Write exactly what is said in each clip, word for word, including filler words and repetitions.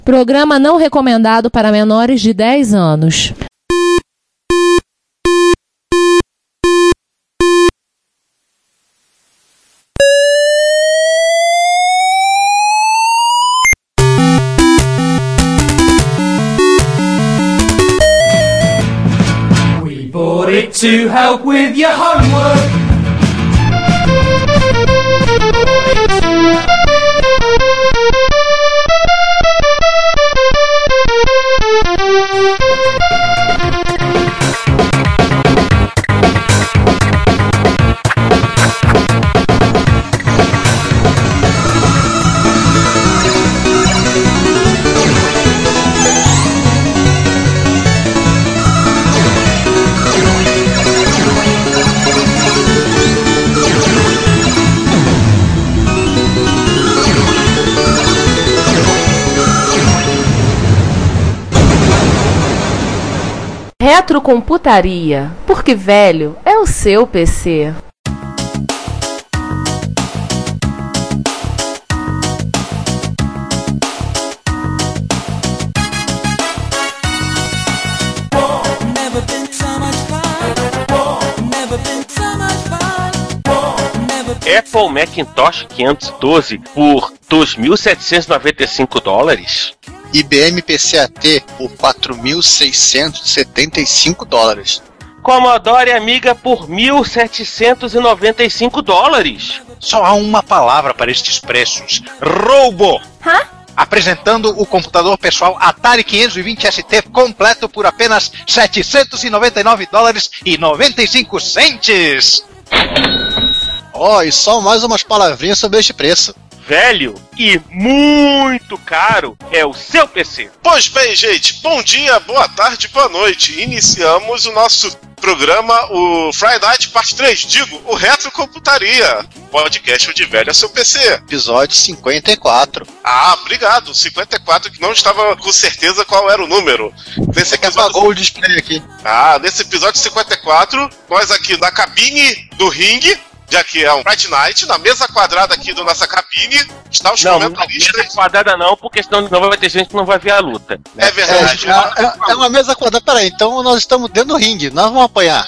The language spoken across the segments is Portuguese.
Programa não recomendado para menores de dez anos. We bought it to help with your homework. Retrocomputaria, porque velho é o seu P C. Apple Macintosh quinhentos e doze por dois mil setecentos e noventa e cinco dólares. I B M P C A T por quatro mil seiscentos e setenta e cinco dólares. Commodore Amiga por mil setecentos e noventa e cinco dólares. Só há uma palavra para estes preços: roubo! Hã? Apresentando o computador pessoal Atari quinhentos e vinte S T completo por apenas setecentos e noventa e nove dólares e noventa e cinco centes. Ó, oh, e só mais umas palavrinhas sobre este preço. Velho e muito caro é o seu P C. Pois bem, gente, bom dia, boa tarde, boa noite. Iniciamos o nosso programa, o Friday Night Parte três, digo, o Retrocomputaria, podcast onde velho é seu P C. Episódio cinquenta e quatro. Ah, obrigado, cinquenta e quatro, que não estava com certeza qual era o número. Nesse episódio... que apagou o display aqui. Ah, nesse episódio cinquenta e quatro, nós aqui na cabine do ringue, já que é um Friday Night, na mesa quadrada aqui da nossa cabine, está os não, comentaristas. Não, mesa quadrada não, porque senão não vai ter gente que não vai ver a luta. É verdade. É, é, é uma mesa quadrada, peraí, então nós estamos dentro do ringue, nós vamos apanhar.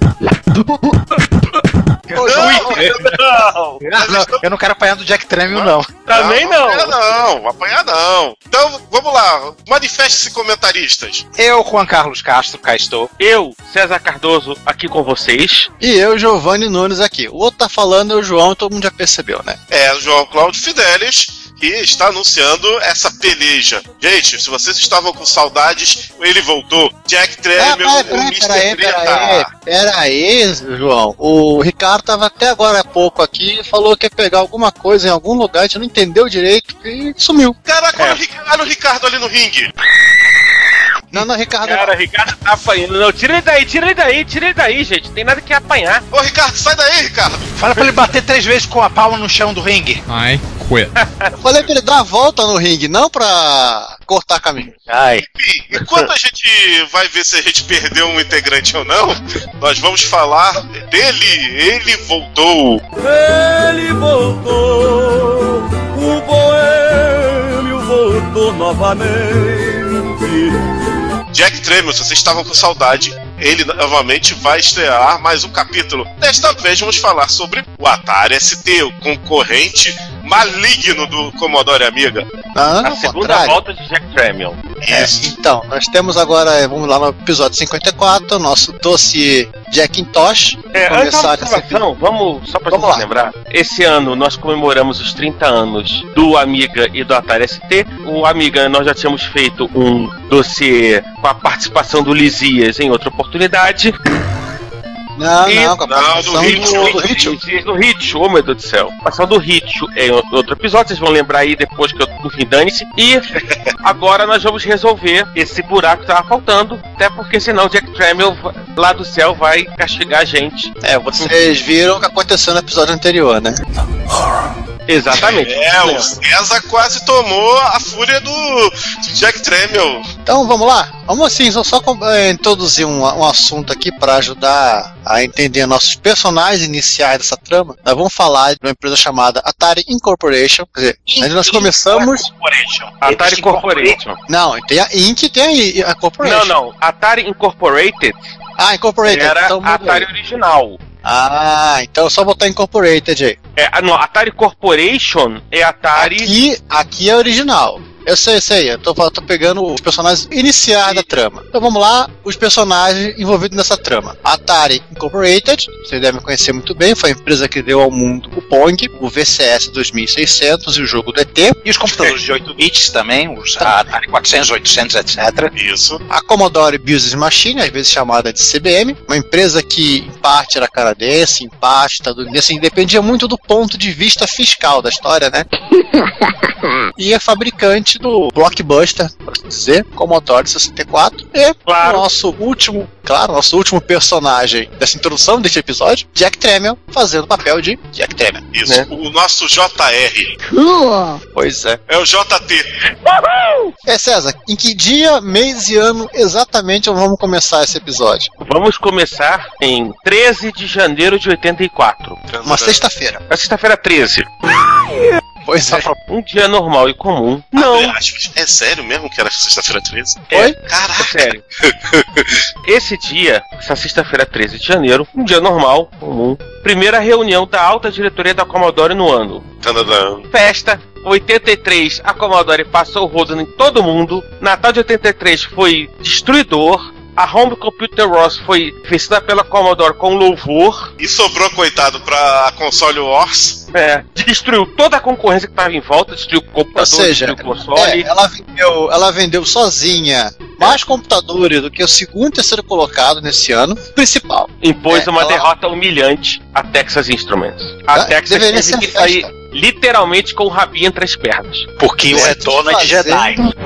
Não, não, não, eu não quero apanhar do Jack Tramiel, não. Também não. Apanhar não, apanhar não. Então, vamos lá, manifeste-se, comentaristas. Eu, Juan Carlos Castro, cá estou. Eu, César Cardoso, aqui com vocês. E eu, Giovanni Nunes, aqui. O outro tá falando é o João, todo mundo já percebeu, né? É, o João Cláudio Fidelis, que está anunciando essa peleja. Gente, se vocês estavam com saudades, ele voltou. Jack Tramiel, ah, o mister Treta. Pera aí, pera aí, João. O Ricardo tava até agora há pouco aqui e falou que ia pegar alguma coisa em algum lugar, a gente não entendeu direito e sumiu. Caraca, É. olha, o Ricardo, olha o Ricardo ali no ringue. Não, não, Ricardo. Cara, o Ricardo tá apanhando. Não, tira ele daí, tira ele daí, tira ele daí, gente. Não tem nada que apanhar. Ô, Ricardo, sai daí, Ricardo. Fala pra ele bater três vezes com a palma no chão do ringue. I quit. Eu falei pra ele dar a volta no ringue, não pra cortar caminho. Ai. Enfim, enquanto a gente vai ver se a gente perdeu um integrante ou não, nós vamos falar dele. Ele voltou. Ele voltou, o boêmio voltou novamente. Jack Tramiel, se vocês estavam com saudade, ele novamente vai estrear mais um capítulo. Desta vez vamos falar sobre o Atari S T, o concorrente maligno do Commodore Amiga. Ah, A segunda volta de Jack Tramiel. Isso. É, então, nós temos agora, vamos lá no episódio cinquenta e quatro, nosso dossiê Jackintosh. É, antes da Começar observação, vamos, só pra Vamos gente lá. lembrar, esse ano nós comemoramos os trinta anos do Amiga e do Atari S T. O Amiga nós já tínhamos feito um dossiê com a participação do Lisias em outra oportunidade. Não, E- não, com a não, participação do Ritmo, do Ritmo. Lisias do Ritmo, oh meu Deus do céu. Passar do Ritmo em outro episódio, vocês vão lembrar aí depois que eu, no fim, dane-se. E agora nós vamos resolver esse buraco que tava faltando, até porque senão o Jack Tramiel lá do céu vai castigar a gente. É, vocês viram o que aconteceu no episódio anterior, né? Exatamente. É, o César quase tomou a fúria do, do Jack Tramiel. Então vamos lá? Vamos assim, só, só é, introduzir um, um assunto aqui para ajudar a entender nossos personagens iniciais dessa trama. Nós vamos falar de uma empresa chamada Atari Incorporation. Quer dizer, ainda nós começamos. Corporation. Atari Corporation. Não, tem a Inc e tem a, a Corporation. Não, não. Atari Incorporated Ah, Incorporated. era então, a Atari original. Ah, então é só botar Incorporated aí. É, não, Atari Corporation é Atari. Aqui, aqui é original. Eu sei, sei, eu tô, tô pegando os personagens iniciais da trama. Então vamos lá, os personagens envolvidos nessa trama. Atari Incorporated, vocês devem conhecer muito bem, foi a empresa que deu ao mundo o Pong, o V C S dois mil e seiscentos e o jogo do E T. E os computadores de oito bits também, os Atari quatrocentos, oitocentos, etcétera. Isso. A Commodore Business Machine, às vezes chamada de C B M, uma empresa que em parte era canadense, em parte estadunidense, assim, dependia muito do ponto de vista fiscal da história, né? E é fabricante do blockbuster, por assim dizer, Commodore sessenta e quatro. E Claro. o nosso último, claro, nosso último personagem dessa introdução deste episódio, Jack Tramiel, fazendo o papel de Jack Tramiel. Isso. Né? O nosso J R. Pois é. É o J T. É, César, em que dia, mês e ano exatamente vamos começar esse episódio? Vamos começar em treze de janeiro de oitenta e quatro. Uma sexta-feira. É sexta-feira treze. Pois é. Um dia normal e comum. Não, Abre aspas. É sério mesmo que era sexta-feira treze? é, Oi? é Caraca. sério. Esse dia, essa sexta-feira treze de janeiro, um dia normal, comum. Primeira reunião da alta diretoria da Commodore no ano. Tadadã. Festa. oitenta e três, a Commodore passou o rodo em todo mundo. Natal de oitenta e três foi destruidor. A Home Computer Wars foi vencida pela Commodore com louvor. E sobrou, coitado, pra Console Wars. É, destruiu toda a concorrência que estava em volta, destruiu o computador, Ou seja, destruiu o console. É, ela, vendeu, ela vendeu sozinha mais computadores do que o segundo e terceiro colocado nesse ano principal. Impôs é, uma ela- derrota humilhante à Texas Instruments. A Ah, Texas deveria teve ser que festa. sair literalmente com o rabinho entre as pernas. Porque o É, retorno é de fazendo- Jedi.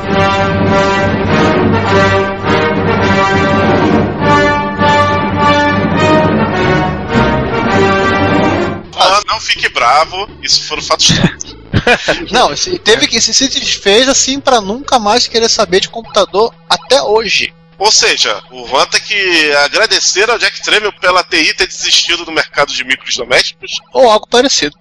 Ah, não fique bravo, isso foram fatos históricos. Não, se- teve que se, se desfez assim pra nunca mais querer saber de computador até hoje. Ou seja, o Juan tem que agradecer ao Jack Tramiel pela T I ter desistido do mercado de micros domésticos. Ou algo parecido.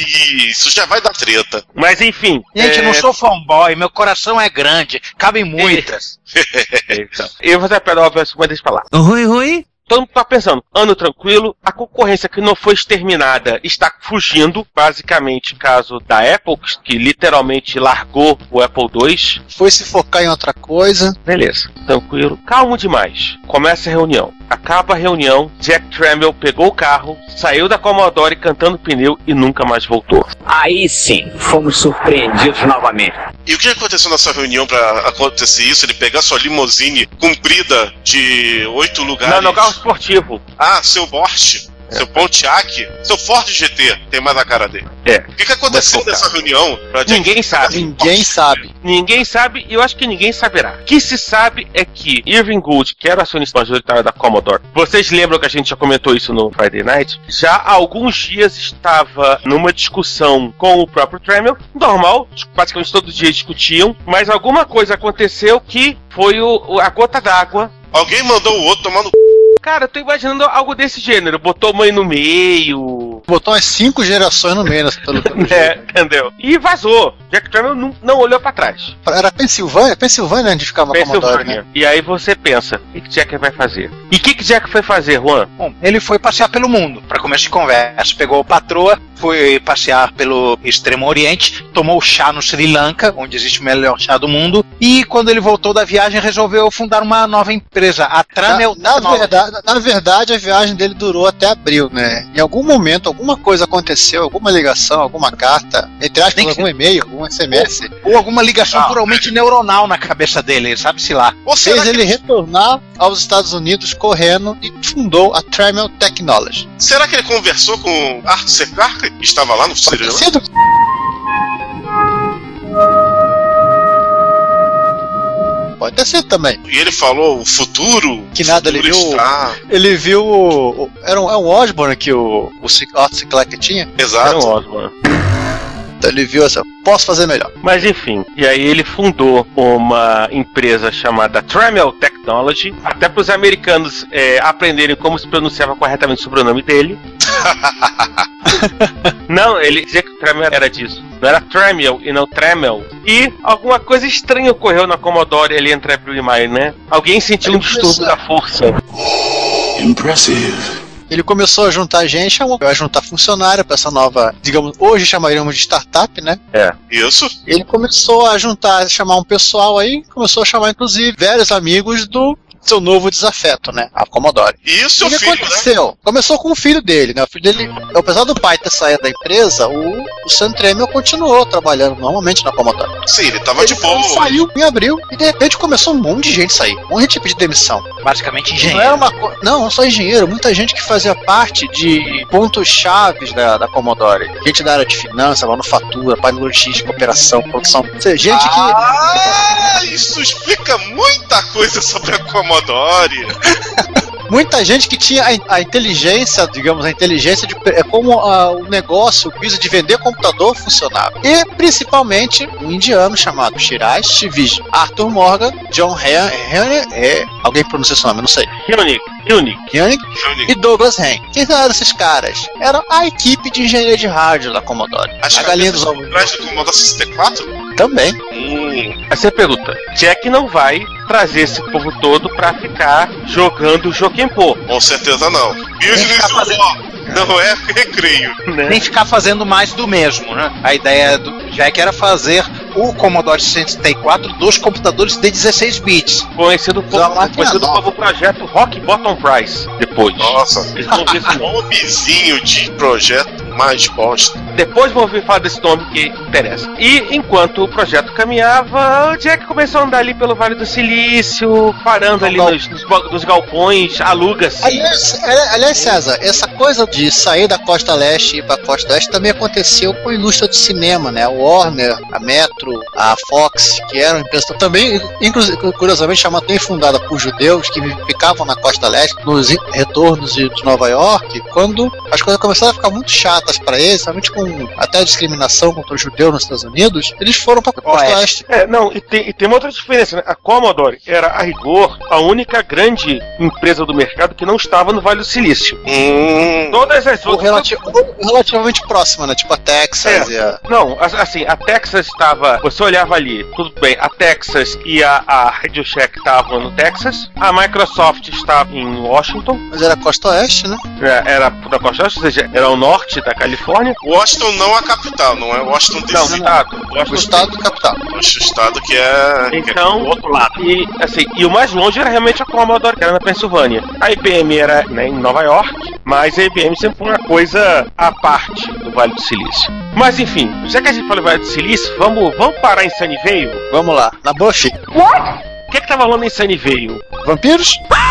E isso já vai dar treta. Mas enfim. Gente, é, eu não sou fanboy, meu coração é grande, cabem muitas. então, eu vou até uma vez deixa eu falar. Oi, oi. Todo mundo tá pensando, ano tranquilo, a concorrência que não foi exterminada está fugindo, basicamente caso da Apple, que literalmente largou o Apple dois. Foi se focar em outra coisa. Beleza, tranquilo, calmo demais. Começa a reunião. Acaba a reunião, Jack Tramiel pegou o carro, saiu da Commodore cantando pneu e nunca mais voltou. Aí sim, fomos surpreendidos novamente. E o que aconteceu nessa reunião pra acontecer isso? Ele pegar sua limousine comprida de oito lugares. Não, no carro esportivo. Ah, seu Porsche, seu Pontiac, seu Ford G T, tem mais a cara dele. É. O que, que aconteceu Mas, nessa reunião? Pra Jack- Ninguém sabe. Ninguém sabe. Ninguém sabe, e eu acho que ninguém saberá. O que se sabe é que Irving Gould, que era o acionista majoritário da Commodore, vocês lembram que a gente já comentou isso no Friday Night? Já há alguns dias estava numa discussão com o próprio Tramiel, normal, praticamente todo dia discutiam, mas alguma coisa aconteceu que foi o, o- a gota d'água. Alguém mandou o outro tomar no c... Cara, eu tô imaginando algo desse gênero, botou mãe no meio, Botou umas cinco gerações no meio, nessa- pelo, pelo jeito. né, entendeu? E vazou. Jack Tramiel não, não olhou pra trás. Era Pensilvânia? Pensilvânia onde ficava a Commodore, né? Pensilvânia. E aí você pensa, o que, que Jack vai fazer? E o que, que Jack foi fazer, Juan? Bom, ele foi passear pelo mundo, para começo de conversa. Pegou a patroa, foi passear pelo Extremo Oriente, tomou chá no Sri Lanka, onde existe o melhor chá do mundo, e quando ele voltou da viagem, resolveu fundar uma nova empresa, a Tramiel Na, na, Technology. verdade, na verdade, a viagem dele durou até abril, né? Em algum momento, alguma coisa aconteceu, alguma ligação, alguma carta, entre aspas, Nem que algum e-mail, algum S M S, Ou alguma ligação Ah, puramente neuronal na cabeça dele, sabe-se lá. Ou será fez que, ele retornar aos Estados Unidos correndo e fundou a Tramiel Technology. será que ele conversou com Arthur C. Clarke, que estava lá no Pode Sri ter Lanka? sido? Pode ter sido também. E ele falou o futuro. Que nada, ele futuro viu- está- Ele viu o. o- era um, é um Osborne que o, o Arthur C. Clarke tinha? Exato. Era um Osborne. Então ele viu assim, posso fazer melhor. Mas enfim, e aí ele fundou uma empresa chamada Tramiel Technology, até para os americanos é, aprenderem como se pronunciava corretamente o sobrenome dele. Não, ele dizia que o Tramiel era disso. Não era Tramiel e não Tramiel. E alguma coisa estranha ocorreu na Commodore ali entre abril e maio, né? Alguém sentiu um distúrbio da força. Impressive. Ele começou a juntar gente, chamou, a juntar funcionário para essa nova, digamos, hoje chamaríamos de startup, né? É. Isso. Ele começou a juntar, a chamar um pessoal aí, começou a chamar inclusive velhos amigos do seu novo desafeto, né? A Commodore. E o seu O que filho, aconteceu? Né? Começou com o filho dele, né? O filho dele, apesar do pai ter saído da empresa, o, o Sam Tramiel continuou trabalhando normalmente na Commodore. Sim, ele tava Ele de boa. saiu em abril e de repente começou um monte de gente a sair. Um monte de pedir demissão. Basicamente Não engenheiro. era uma co... Não, não só engenheiro, muita gente que fazia parte de pontos chaves da, da Commodore. Gente da área de finanças, manufatura, parte de logística, operação, produção. Ou seja, gente que. Ah, isso explica muita coisa sobre a Commodore. Muita gente que tinha a, a inteligência, digamos, a inteligência de é como a, o negócio, o business de vender computador funcionava. E, principalmente, um indiano chamado Shiraz Shiviji, Arthur Morgan, John Henry, é, alguém pronuncia esse nome, não sei. Unique, Unique. Henry e Douglas Henry. Quem eram esses caras? Era a equipe de engenharia de hardware da Commodore. As a galinha dos ovos. atrás do Commodore sessenta e quatro? Também. Hum. Aí você pergunta, Jack não vai trazer esse povo todo pra ficar jogando Jokenpô, Com certeza não. Business ficar fazendo- War, não é recreio. né? Nem ficar fazendo mais do mesmo, né? A ideia do Jack era fazer o Commodore sessenta e quatro dos computadores de dezesseis bits. Conhecido Da como, máquina conhecido nova. como projeto Rock Bottom Prize, depois. Nossa, Eles vão ver esse nome. nomezinho de projeto mais bosta. Depois vão ouvir falar desse nome que interessa. E enquanto o projeto caminhava, o Jack começou a andar ali pelo Vale do Silício, parando ali gal- nos, nos, ba- nos galpões, aluga-se. Aliás, ali- aliás, César, essa coisa de sair da costa leste e ir pra costa oeste também aconteceu com a indústria do cinema, né? A Warner, a Metro, a Fox, que eram empresas também, inclusive, curiosamente, chamada também fundada por judeus que ficavam na costa leste, nos in- retornos de, de Nova York, quando as coisas começaram a ficar muito chatas para eles, somente com até a discriminação contra o judeu nos Estados Unidos, eles foram pra costa Oeste. oeste. É, não, e tem, e tem uma outra diferença, né? A Commodore era, a rigor, a única grande empresa do mercado que não estava no Vale do Silício. Hum. Todas as Ou outras... relati- ou relativamente próxima, né? Tipo a Texas É. e a... Não, as- assim, a Texas estava... Você olhava ali, tudo bem, a Texas e a, a Radio Shack estavam no Texas, a Microsoft estava em Washington, Mas era costa oeste, né? é, era da costa oeste, ou seja, era o norte da Califórnia. Washington não a capital, não é Washington Não, o D C. estado. O Washington estado do capital. O estado que é, que é Então, do outro lado. E, assim, e o mais longe era realmente a Commodore, que era na Pensilvânia. A I B M era, né, em Nova York, mas a I B M sempre foi uma coisa à parte do Vale do Silício. Mas enfim, já que a gente falou do Vale do Silício, vamos, vamos parar em Sunnyvale? Vamos lá, na Buffy. O que é que tava rolando em Sunnyvale? Vampiros?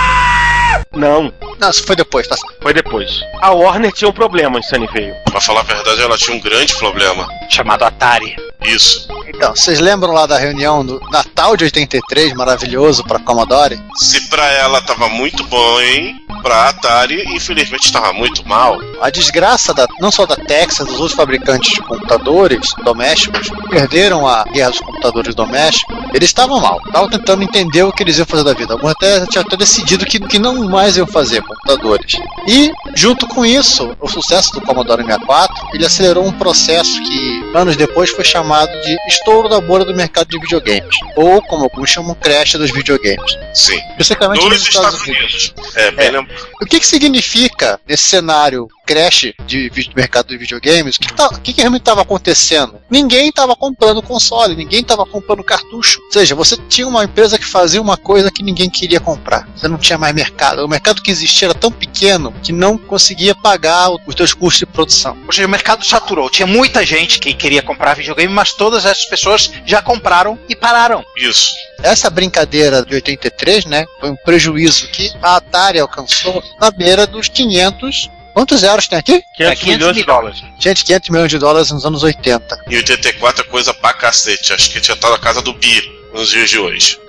Não, Não, isso foi depois, tá? foi depois. A Warner tinha um problema em Sunnyvale. Pra falar a verdade, ela tinha um grande problema. Chamado Atari. Isso. Então, vocês lembram lá da reunião do Natal de oitenta e três, maravilhoso pra Commodore? Se pra ela tava muito bom, hein? Pra Atari, infelizmente tava muito mal. A desgraça da, não só da Texas, dos outros fabricantes de computadores domésticos, perderam a guerra dos computadores domésticos, eles estavam mal, estavam tentando entender o que eles iam fazer da vida. Alguns até tinham até decidido que, que não mais iam fazer computadores. E, junto com isso, o sucesso do Commodore sessenta e quatro, ele acelerou um processo que, anos depois, foi chamado de estouro da bolha do mercado de videogames, ou, como alguns chamam, crash dos videogames. Sim. Principalmente Nos nos Estados Unidos. É, bem É. lembrado. O que, que significa nesse cenário crash de vi- mercado de videogames? O que, tá- o que, que realmente estava acontecendo? Ninguém estava comprando console, ninguém estava comprando cartucho. Ou seja, você tinha uma empresa que fazia uma coisa que ninguém queria comprar. Você não tinha mais mercado. O mercado que existia era tão pequeno que não conseguia pagar o- os seus custos de produção. Ou seja, o mercado saturou. Tinha muita gente que queria comprar videogame, mas todas essas pessoas já compraram e pararam. Isso. Essa brincadeira de oitenta e três, né, foi um prejuízo que a Atari alcançou na beira dos quinhentos. Quantos zeros tem aqui? quinhentos quinhentos milhões de dólares. Gente, quinhentos milhões de dólares nos anos oitenta. Em oitenta e quatro é coisa pra cacete. Acho que tinha estado na casa do Bi nos dias de hoje.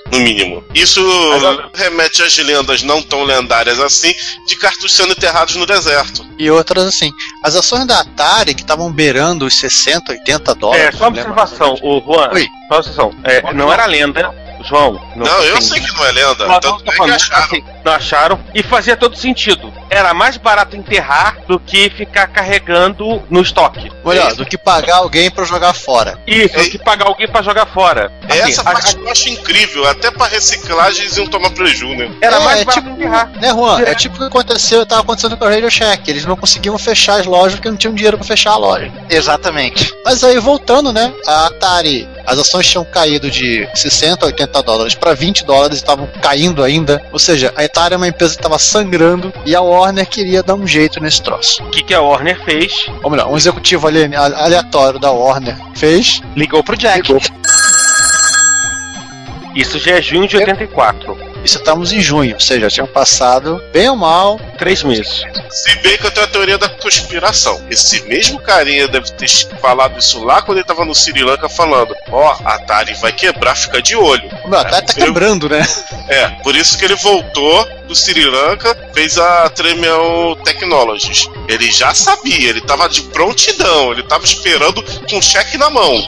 no mínimo. Isso Agora... remete às lendas não tão lendárias assim, de cartuchos sendo enterrados no deserto. E outras assim. As ações da Atari, que estavam beirando os sessenta, oitenta dólares... É, só observação, o Juan, Oi. só observação, é, não era lenda, João. Não, não eu sei que não é lenda, não, tanto não, é que acharam. assim, não acharam, e fazia todo sentido. Era mais barato enterrar do que ficar carregando no estoque. Olha, do que pagar alguém pra jogar fora. Isso, do que pagar alguém pra jogar fora. Assim, Essa parte a, eu acho incrível, até pra reciclagem eles iam tomar prejuízo, né? Era é, mais é barato tipo, enterrar. Né, Juan? É tipo o que aconteceu, tava acontecendo com a Radio Shack. Eles não conseguiam fechar as lojas porque não tinham dinheiro pra fechar a loja. Exatamente. Mas aí, voltando, né? A Atari, as ações tinham caído de sessenta, oitenta dólares para vinte dólares e estavam caindo ainda. Ou seja, a Atari é uma empresa que estava sangrando e a Warner queria dar um jeito nesse troço. O que, que a Warner fez? Ou melhor, um executivo ali, aleatório da Warner fez. Ligou pro Jack. Ligou. Isso já é junho de oitenta e quatro. Isso estamos em junho, ou seja, tinham passado, bem ou mal, três meses. Se bem que eu tenho a teoria da conspiração. Esse mesmo carinha deve ter falado isso lá quando ele tava no Sri Lanka falando: ó, oh, a Atari vai quebrar, fica de olho. Meu, a Atari tá eu... quebrando, né? É, por isso que ele voltou do Sri Lanka, fez a Tremel Technologies. Ele já sabia, ele tava de prontidão, ele tava esperando com cheque na mão.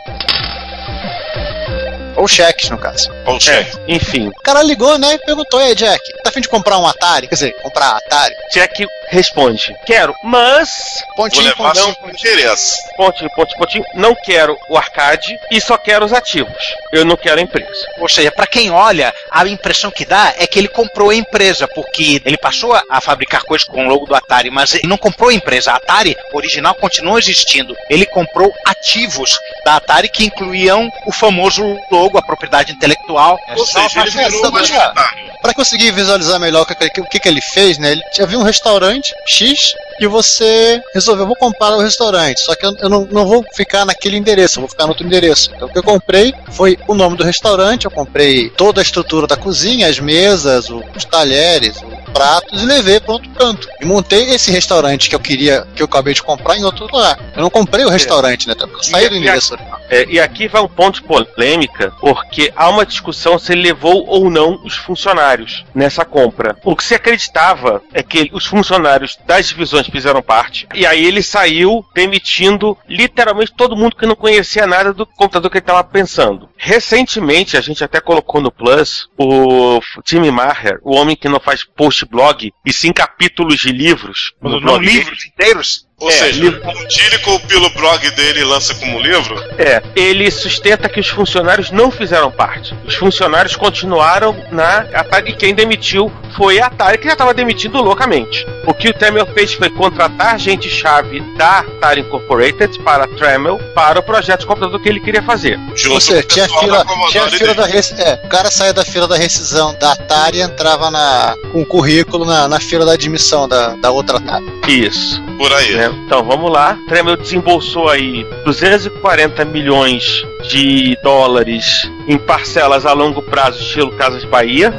Ou cheques, no caso. Ou cheque. É, enfim. O cara ligou, né, e perguntou: ei, Jack, tá a fim de comprar um Atari? Quer dizer, comprar Atari? Jack responde: quero, mas... Pontinho, vou levar pontinho, seu interesse. Pontinho, pontinho, pontinho. Não quero o arcade e só quero os ativos. Eu não quero a empresa. Ou seja, pra quem olha, a impressão que dá é que ele comprou a empresa, porque ele passou a, a fabricar coisas com o logo do Atari, mas ele não comprou a empresa. A Atari original continua existindo. Ele comprou ativos da Atari que incluíam o famoso logo, a propriedade intelectual. Ou seja, ele virou majoritário. Para conseguir visualizar melhor o que, o que, que ele fez, né? Ele havia um restaurante X e você resolveu: vou comprar o restaurante, só que eu, eu não, não vou ficar naquele endereço, eu vou ficar no outro endereço. Então o que eu comprei foi o nome do restaurante, eu comprei toda a estrutura da cozinha, as mesas, os talheres, os pratos, e levei para outro canto. E montei esse restaurante que eu queria, que eu acabei de comprar, em outro lugar. Eu não comprei o restaurante, né? Eu saí e, do endereço. É, e aqui vai um ponto de polêmica, porque há uma discussão se ele levou ou não os funcionários nessa compra. O que se acreditava é que os funcionários das divisões fizeram parte, e aí ele saiu demitindo literalmente todo mundo que não conhecia nada do computador que ele estava pensando. Recentemente, a gente até colocou no Plus, o Tim Maher, o homem que não faz post-blog, e sim capítulos de livros. No não livros inteiros? Ou é, seja, livro... o Dílico pelo blog dele lança como livro? É, ele sustenta que os funcionários não fizeram parte. Os funcionários continuaram na Atari, e quem demitiu foi a Atari, que já estava demitindo loucamente. O que o Tremel fez foi contratar gente-chave da Atari Incorporated para a Tremel, para o projeto de computador que ele queria fazer. Junto Ou seja, tinha fila, da tinha fila da rescisão. É, o cara saía da fila da rescisão da Atari e entrava na, com o currículo na, na fila da admissão da, da outra Atari. Isso. Por aí. Né? Então, vamos lá. Tremel desembolsou aí duzentos e quarenta milhões de dólares em parcelas a longo prazo, estilo Casas Bahia.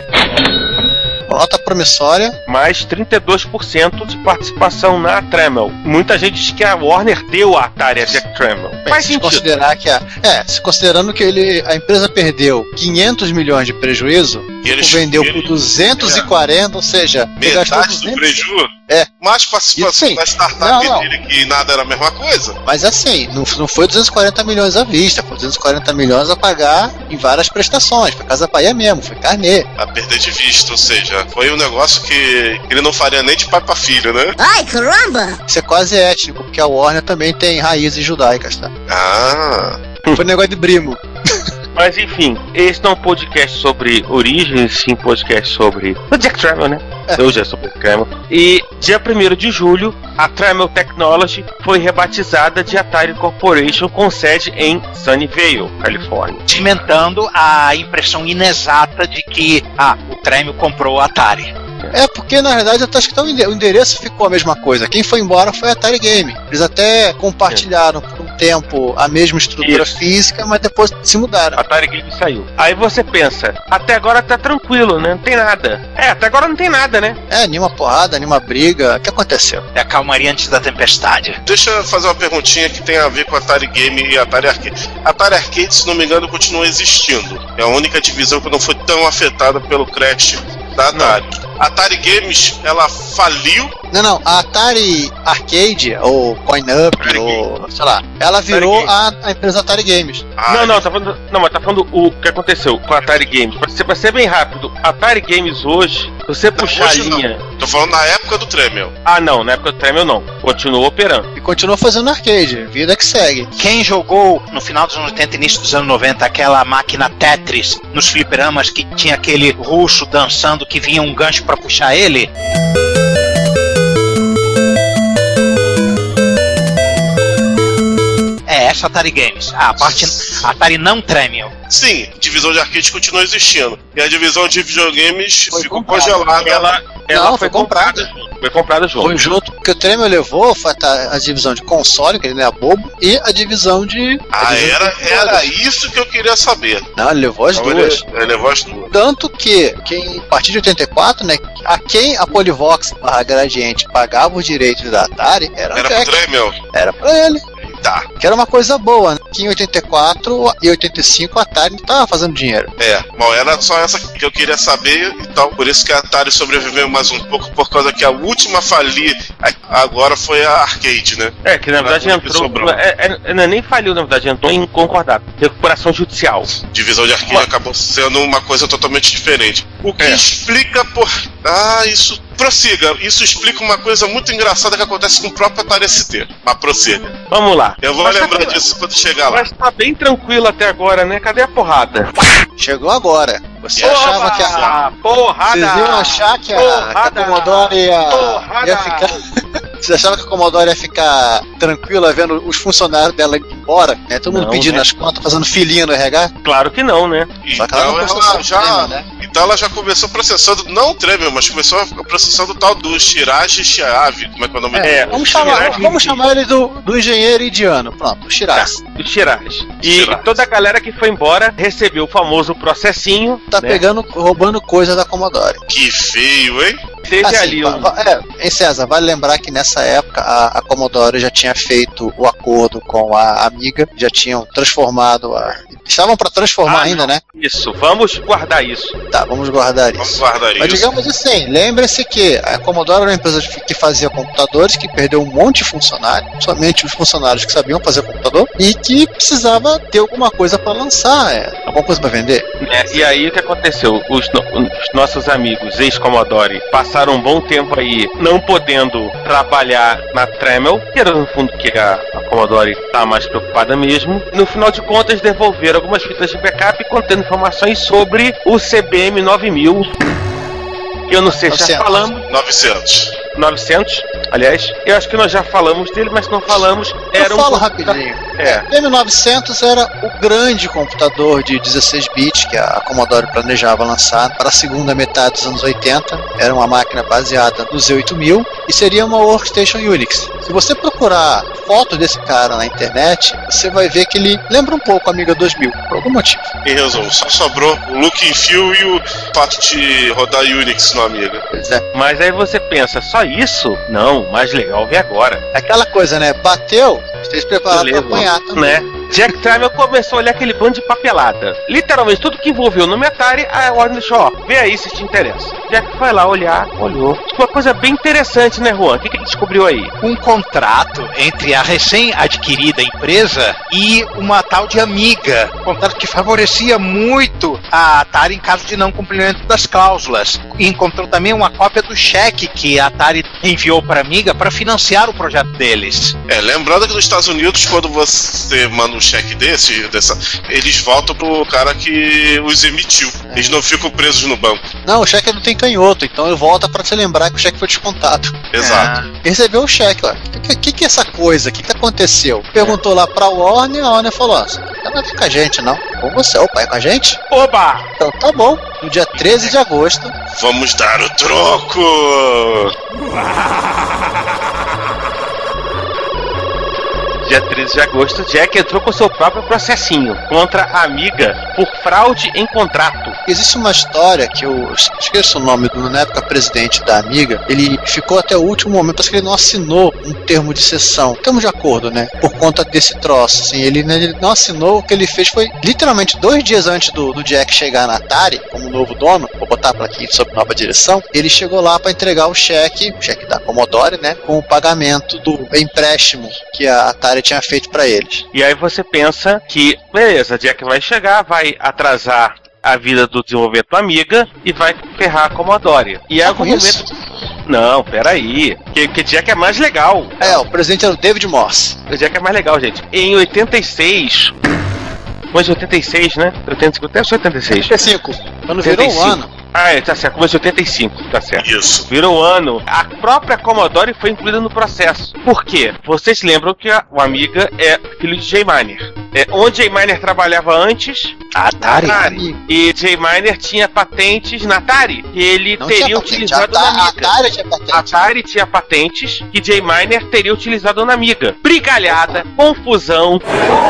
Nota promissória. Mais trinta e dois por cento de participação na Tremel. Muita gente diz que a Warner deu a Atari a Jack Tremel. Bem, Faz se sentido. considerar que a, é, se considerando que ele, a empresa perdeu quinhentos milhões de prejuízo, E eles, vendeu ele, por duzentos e quarenta, é. Ou seja, ele gastou metade do duzentos. prejuízo. É. Mais participação Isso, da startup não, não. dele, que nada era a mesma coisa. Mas assim, não, não foi duzentos e quarenta milhões à vista, foi duzentos e quarenta milhões a pagar em várias prestações. Foi Casa Bahia mesmo, foi carnê. A perder de vista, ou seja, foi um negócio que ele não faria nem de pai pra filho, né? Ai, caramba! Isso é quase étnico, porque a Warner também tem raízes judaicas, tá? Ah. Foi um negócio de primo. Mas enfim, esse não é um podcast sobre origens, sim um podcast sobre o Jack Tremel, né? É. Eu já sou o Tremel. E dia primeiro de julho, a Tremel Technology foi rebatizada de Atari Corporation com sede em Sunnyvale, Califórnia. Cimentando a impressão inexata de que ah, o Tremel comprou a Atari. É, porque na verdade eu acho que o endereço ficou a mesma coisa. Quem foi embora foi a Atari Game. Eles até compartilharam por um tempo a mesma estrutura Isso. física, mas depois se mudaram. A Atari Games saiu. Aí você pensa, até agora tá tranquilo, né? Não tem nada. É, até agora não tem nada, né? É, nenhuma porrada, nenhuma briga. O que aconteceu? É a calmaria antes da tempestade. Deixa eu fazer uma perguntinha que tem a ver com Atari Game e Atari Arcade. Atari Arcade, se não me engano, continua existindo. É a única divisão que não foi tão afetada pelo crash da Atari. Não. Atari Games, ela faliu. Não, não, a Atari Arcade, ou Coin Up, Atari ou sei lá, ela virou a, a empresa Atari Games. Ah, não, não, tá falando, não, mas tá falando o que aconteceu com a Atari Games. Pra ser, pra ser bem rápido, a Atari Games hoje, se você puxar a hoje linha. Não. Tô falando na época do Tremel. Ah, não, na época do Tremel não. Continuou operando. E continuou fazendo arcade, vida que segue. Quem jogou no final dos anos oitenta e início dos anos noventa aquela máquina Tetris nos fliperamas que tinha aquele russo dançando que vinha um gancho pra puxar ele? É essa Atari Games, a parte a Atari não Tremel. Sim, divisão de arcade continua existindo. E a divisão de videogames Foi ficou comprada. congelada. Ela, ela Não, foi, foi comprada. comprada. Foi comprada junto. Foi junto, porque o Tremel levou foi a, a divisão de console, que ele não é bobo, e a divisão de... a Ah, divisão era, de era consoles. isso que eu queria saber. Não, ele levou as Então, duas. Ele, ele levou as duas. Tanto que, quem, a partir de oitenta e quatro, né, a quem a Polivox barra Gradiente pagava os direitos da Atari era, Era o pro Jack. Tremel? Era pra ele. Tá. Que era uma coisa boa, né? Que em oitenta e quatro e oitenta e cinco a Atari não tava fazendo dinheiro. É, bom, era só essa que eu queria saber, então por isso que a Atari sobreviveu mais um pouco, por causa que a última falir agora foi a Arcade, né? É, que na verdade Era a única que entrou. sobrou. É, é, não, nem faliu, na verdade, entrou em concordado. Recuperação judicial. Divisão de arcade Ué. acabou sendo uma coisa totalmente diferente. O que É. explica por... Ah, isso... Prossiga, isso explica uma coisa muito engraçada que acontece com o próprio Atari S T. Mas prossiga. Vamos lá. Eu vou Mas tá lembrar tudo- disso quando chegar lá. Mas tá bem tranquilo até agora, né? Cadê a porrada? Chegou agora. Você Oba! achava que a... Porrada! Vocês iam achar que a, que a Porrada! Commodore ia, Porrada! ia ficar... Vocês achavam que a Commodore ia ficar tranquila vendo os funcionários dela indo embora? Né? Todo mundo Não, pedindo né? as contas, fazendo filinha no R H? Claro que não, né? Só que ela Então não ela, processou já, o Tremel, né? então ela já começou processando, não o Tremel, mas começou processando o tal do Shirage Chiave. Como é que é o nome É, dele? Vamos chamar, Shirage vamos chamar ele do, do engenheiro indiano. Pronto, o Shiraz. Do Shiraz. E Shiraz. toda a galera que foi embora recebeu o famoso processinho. Tá né? pegando, roubando coisa da Commodore. Que feio, hein? Teve Assim, ali va- um. va- é, hein, César, vale lembrar que nessa época a, a Commodore já tinha feito o acordo com a Amiga, já tinham transformado a... Estavam para transformar Ah, ainda, não. né? Isso, vamos guardar isso. Tá, vamos guardar Vamos isso. guardar Mas isso. digamos assim, lembre-se que a Commodore era uma empresa de- que fazia computadores, que perdeu um monte de funcionários, somente os funcionários que sabiam fazer computador, e que precisava ter alguma coisa para lançar, é, alguma coisa para vender. né? E aí o que aconteceu? Os, no- os nossos amigos ex-Commodore passaram um bom tempo aí não podendo trabalhar na Tremel, que era no fundo que a, a Commodore tá mais preocupada mesmo. No final de contas, devolveram algumas fitas de backup contendo informações sobre o C B M nove mil. Eu não sei se já novecentos. falamos. novecentos. novecentos, aliás. Eu acho que nós já falamos dele, mas se não falamos. Era Eu um falo computador- rapidinho. É. O M novecentos era o grande computador de dezesseis bits que a Commodore planejava lançar para a segunda metade dos anos oitenta. Era uma máquina baseada no Z oito mil e seria uma workstation Unix. Se você procurar foto desse cara na internet, você vai ver que ele lembra um pouco a Amiga dois mil, por algum motivo. Em resumo, só sobrou o look and feel e o fato de rodar Unix no Amiga. Pois é. Mas aí você pensa, só isso? Não, mais legal ver agora. Aquela coisa, né? Bateu, esteja preparado para Beleza, apanhar também. né? Jack Tramiel começou a olhar aquele bando de papelada. Literalmente, tudo que envolveu o nome Atari, a Warner deixou, ó, vê aí se te interessa. Jack foi lá olhar, olhou. Uma coisa bem interessante, né, Juan? O que, que ele descobriu aí? Um contrato entre a recém-adquirida empresa e uma tal de Amiga. Um contrato que favorecia muito a Atari em caso de não cumprimento das cláusulas. E encontrou também uma cópia do cheque que a Atari enviou para a Amiga para financiar o projeto deles. É, lembrando que nos Estados Unidos, quando você manda um cheque desse, dessa, eles voltam pro cara que os emitiu. Eles não ficam presos no banco. Não, o cheque não tem canhoto, então ele volta para te lembrar que o cheque foi descontado. Exato. Recebeu o cheque, ó. O que, que, que é essa coisa? O que, que aconteceu? Perguntou lá pra Warner, a Warner falou: ó, você não vai vir com a gente, não. Com você, o pai com a gente? Oba! Então tá bom. No dia treze de agosto, Vamos dar o troco! dia treze de agosto, Jack entrou com seu próprio processinho contra a Amiga por fraude em contrato. Existe uma história que eu esqueço o nome do, na época, presidente da Amiga. Ele ficou até o último momento, acho que ele não assinou um termo de cessão, termo de acordo, né? Por conta desse troço, assim, ele, né, ele não assinou. O que ele fez foi, literalmente, dois dias antes do, do Jack chegar na Atari, como novo dono, vou botar a plaquinha sob nova direção, ele chegou lá para entregar o cheque, o cheque da Commodore, né? Com o pagamento do empréstimo que a Atari tinha feito para eles. E aí você pensa que, beleza, Jack vai chegar, vai atrasar a vida do desenvolvimento do Amiga e vai ferrar a Commodore. E aí algum momento... Não, peraí. Que, que Jack é mais legal. É, o presidente era o David Morse. O Jack é mais legal, gente. Em oitenta e seis... Começo de oitenta e seis, né? oitenta e cinco, até oitenta e seis. oitenta e cinco. Quando virou o ano. Ah, é, tá certo. Começo de oitenta e cinco, tá certo. Isso. Virou o ano. A própria Commodore foi incluída no processo. Por quê? Vocês lembram que a, o Amiga é filho de Jay Miner. É, onde Jay Miner trabalhava antes? Atari. Atari. E Jay Miner tinha patentes na Atari, que ele Não teria tinha patente. utilizado A, na a Amiga. Atari tinha patente. Atari tinha patentes que Jay Miner teria utilizado na Amiga. Brigalhada, confusão.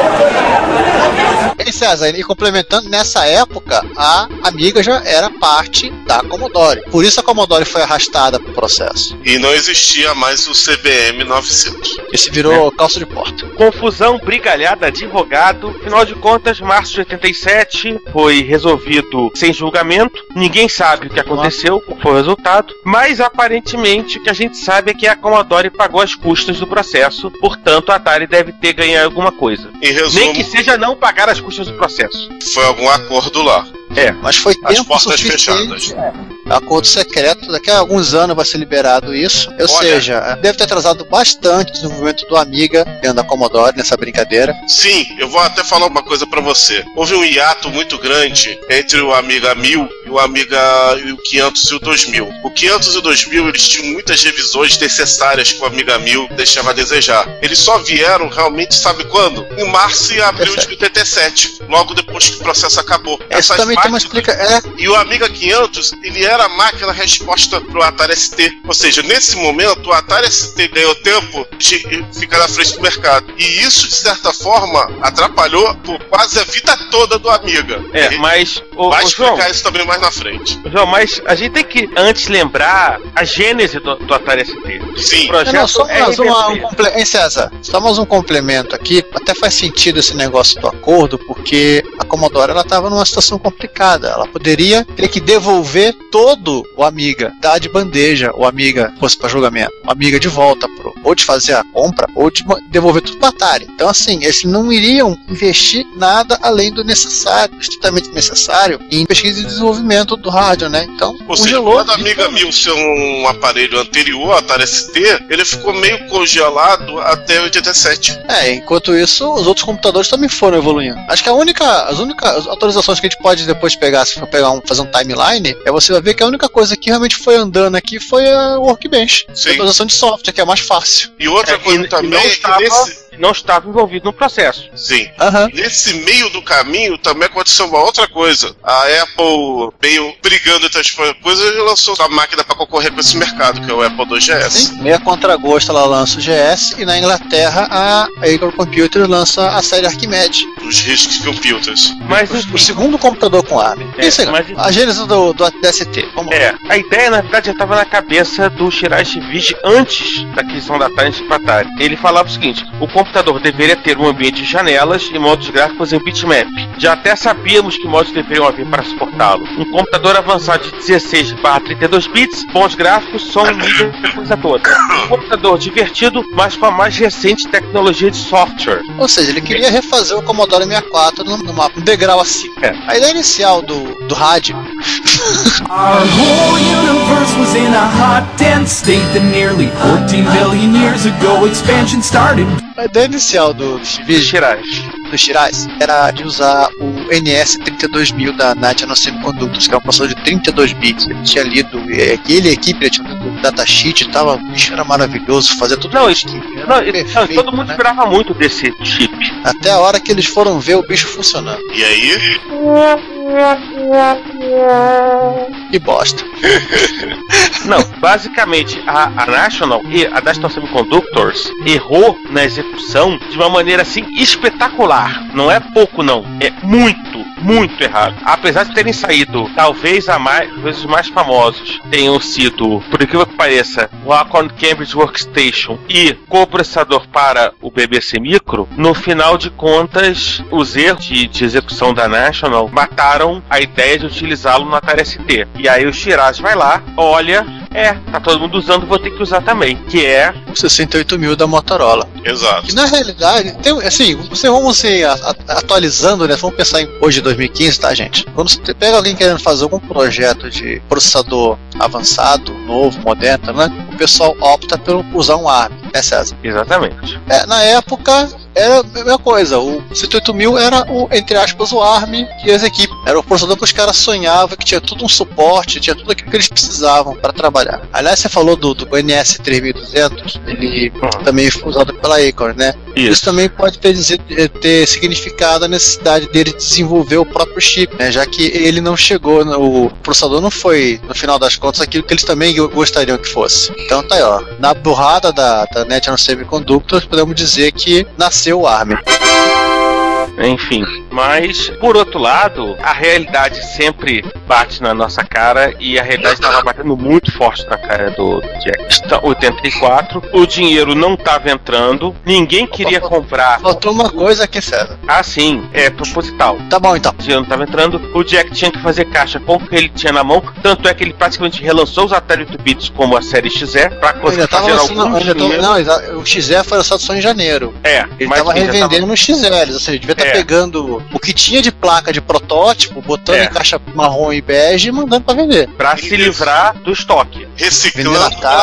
E César, e complementando, nessa época, a Amiga já era parte da Commodore. Por isso a Commodore foi arrastada pro processo. E não existia mais o C B M novecentos. Esse virou é. calça de porta. Confusão, brigalhada, advogado. Afinal de contas, março de oitenta e sete foi resolvido sem julgamento. Ninguém sabe o que aconteceu, qual foi o resultado. Mas aparentemente o que a gente sabe é que a Commodore pagou as custas do processo. Portanto, a Atari deve ter ganhado alguma coisa. Em resumo, nem que seja não pagar as custas do processo. Foi algum acordo lá. É, mas foi As tempo portas suficiente. fechadas. É. Acordo secreto, daqui a alguns anos vai ser liberado isso. Ou Olha, seja, deve ter atrasado bastante o desenvolvimento do Amiga dentro da Commodore nessa brincadeira. Sim, eu vou até falar uma coisa pra você. Houve um hiato muito grande entre o Amiga mil e o Amiga e o quinhentos e o dois mil. O quinhentos e o dois mil, eles tinham muitas revisões necessárias que o Amiga mil deixava a desejar. Eles só vieram realmente, sabe quando? Em março e abril de oitenta e sete, logo depois que o processo acabou. Esse também tem uma explicação. É. E o Amiga quinhentos, ele era a máquina resposta pro Atari S T. Ou seja, nesse momento, o Atari S T ganhou tempo de ficar na frente do mercado. E isso, de certa forma, atrapalhou por quase a vida toda do Amiga. É, mas... O, Vai o explicar João, isso também mais na frente. João, mas a gente tem que antes lembrar a gênese do, do Atari S T. Sim. O projeto Não, só mais R B C. uma, um comple... Hein, César? Só mais um complemento aqui. Até faz sentido esse negócio do acordo, porque a Commodore ela estava numa situação complicada. Ela poderia ter que devolver todo o Amiga, dar de bandeja o Amiga fosse para julgamento, o Amiga de volta pro, ou de fazer a compra, ou de devolver tudo para Atari. Então, assim, eles não iriam investir nada além do necessário, estritamente necessário, em pesquisa e desenvolvimento do rádio, né? Então, Ou seja, congelou. quando a Amiga mil ser um aparelho anterior, a Atari S T, ele ficou meio congelado até oitenta e sete. É, enquanto isso, os outros computadores também foram evoluindo. Acho que a única, as únicas atualizações que a gente pode depois pegar, se for pegar um, fazer um timeline, é você vai ver que a única coisa que realmente foi andando aqui foi a Workbench. Sim. A atualização de software, que é mais fácil. E outra É, coisa e- e também não é que estava- nesse... Não estava envolvido no processo. Sim. Aham. Nesse meio do caminho também aconteceu uma outra coisa. A Apple, meio brigando entre as coisas, e lançou a máquina para concorrer com esse mercado, que é o Apple dois G S. Sim. Meia contragosto ela lança o G S e na Inglaterra a Acre Computer lança a série Arquimedes. Os Risc Computers. Mas, O enfim, segundo computador com A R M. É, Isso aí, mas- a gênese do, do D S T. Vamos lá. é, a ideia, na verdade, já estava na cabeça do Shirai Shiviji antes da aquisição da Atari para Atari. Ele falava o seguinte: o computador deveria ter um ambiente de janelas e modos gráficos em bitmap. Já até sabíamos que modos deveriam haver para suportá-lo. Um computador avançado de dezesseis barra trinta e dois bits, bons gráficos, som, mídia, coisa toda. Um computador divertido, mas com a mais recente tecnologia de software. Ou seja, ele queria refazer o Commodore sessenta e quatro no, no mapa, um degrau acima. É. A ideia inicial do, do rádio. Our whole universe was in a hot, dense state that nearly fourteen billion years ago expansion started. A ideia inicial do, do Shiviji, Shirai. do Shirai, era de usar o N S trinta e dois mil da National Semiconductors, que é um processador de trinta e dois bits. Ele tinha lido, e aquele equipe, ele tinha lido o datasheet, tava, o bicho era maravilhoso, fazia tudo Não, direitinho, isso- era Não, e- perfeito, não, todo mundo né? esperava muito desse chip. Até a hora que eles foram ver o bicho funcionando. E aí, Que bosta. Não, basicamente a, a National e a National Semiconductors errou na execução de uma maneira assim espetacular. Não é pouco não, é muito, muito errado. Apesar de terem saído, talvez a mais, os mais famosos tenham sido, por incrível que pareça, o Acorn Cambridge Workstation e coprocessador para o B B C Micro, no final de contas, os erros de, de execução da National mataram a ideia de utilizá-lo no Atari S T. E aí o Shiraz vai lá, olha, é, tá todo mundo usando, vou ter que usar também, que é o sessenta e oito mil da Motorola. Exato. Que na realidade, tem, assim, você vamos assim, a, a, atualizando, né? Vamos pensar em hoje, dois mil e quinze, tá, gente? Quando você pega alguém querendo fazer algum projeto de processador avançado, novo, moderno, né? O pessoal opta por usar um ARM, né, César? Exatamente. É, na época era a mesma coisa, o sessenta e oito mil era o, entre aspas, o ARM que as equipes. Era o processador que os caras sonhavam, que tinha tudo um suporte, tinha tudo aquilo que eles precisavam para trabalhar. Aliás, você falou do, do N S três mil e duzentos, ele uhum. também foi usado pela Acorn, né? Isso. Isso também pode ter, ter significado a necessidade dele desenvolver o próprio chip, né? Já que ele não chegou, o processador não foi, no final das contas, aquilo que eles também gostariam que fosse. Então tá aí, ó. Na burrada da, da National Semiconductors, podemos dizer que nasceu o ARM. Enfim, mas por outro lado, a realidade sempre bate na nossa cara e a realidade estava batendo muito forte na cara do, do Jack. oitenta e quatro, o dinheiro não estava entrando, ninguém queria comprar. Faltou uma coisa aqui, César. Ah, sim, é proposital. Tá bom então. O dinheiro não estava entrando, o Jack tinha que fazer caixa com o que ele tinha na mão, tanto é que ele praticamente relançou os Atari oito bits como a série X E para conseguir fazer lançando, algum dinheiro. Não, o X E foi lançado só em janeiro. É, ele estava revendendo tava... no X L, ou seja, ele devia estar tá é. pegando o que tinha de placa de protótipo, botando é. em caixa marrom e bege e mandando pra vender. Pra se livrar do estoque. Reciclando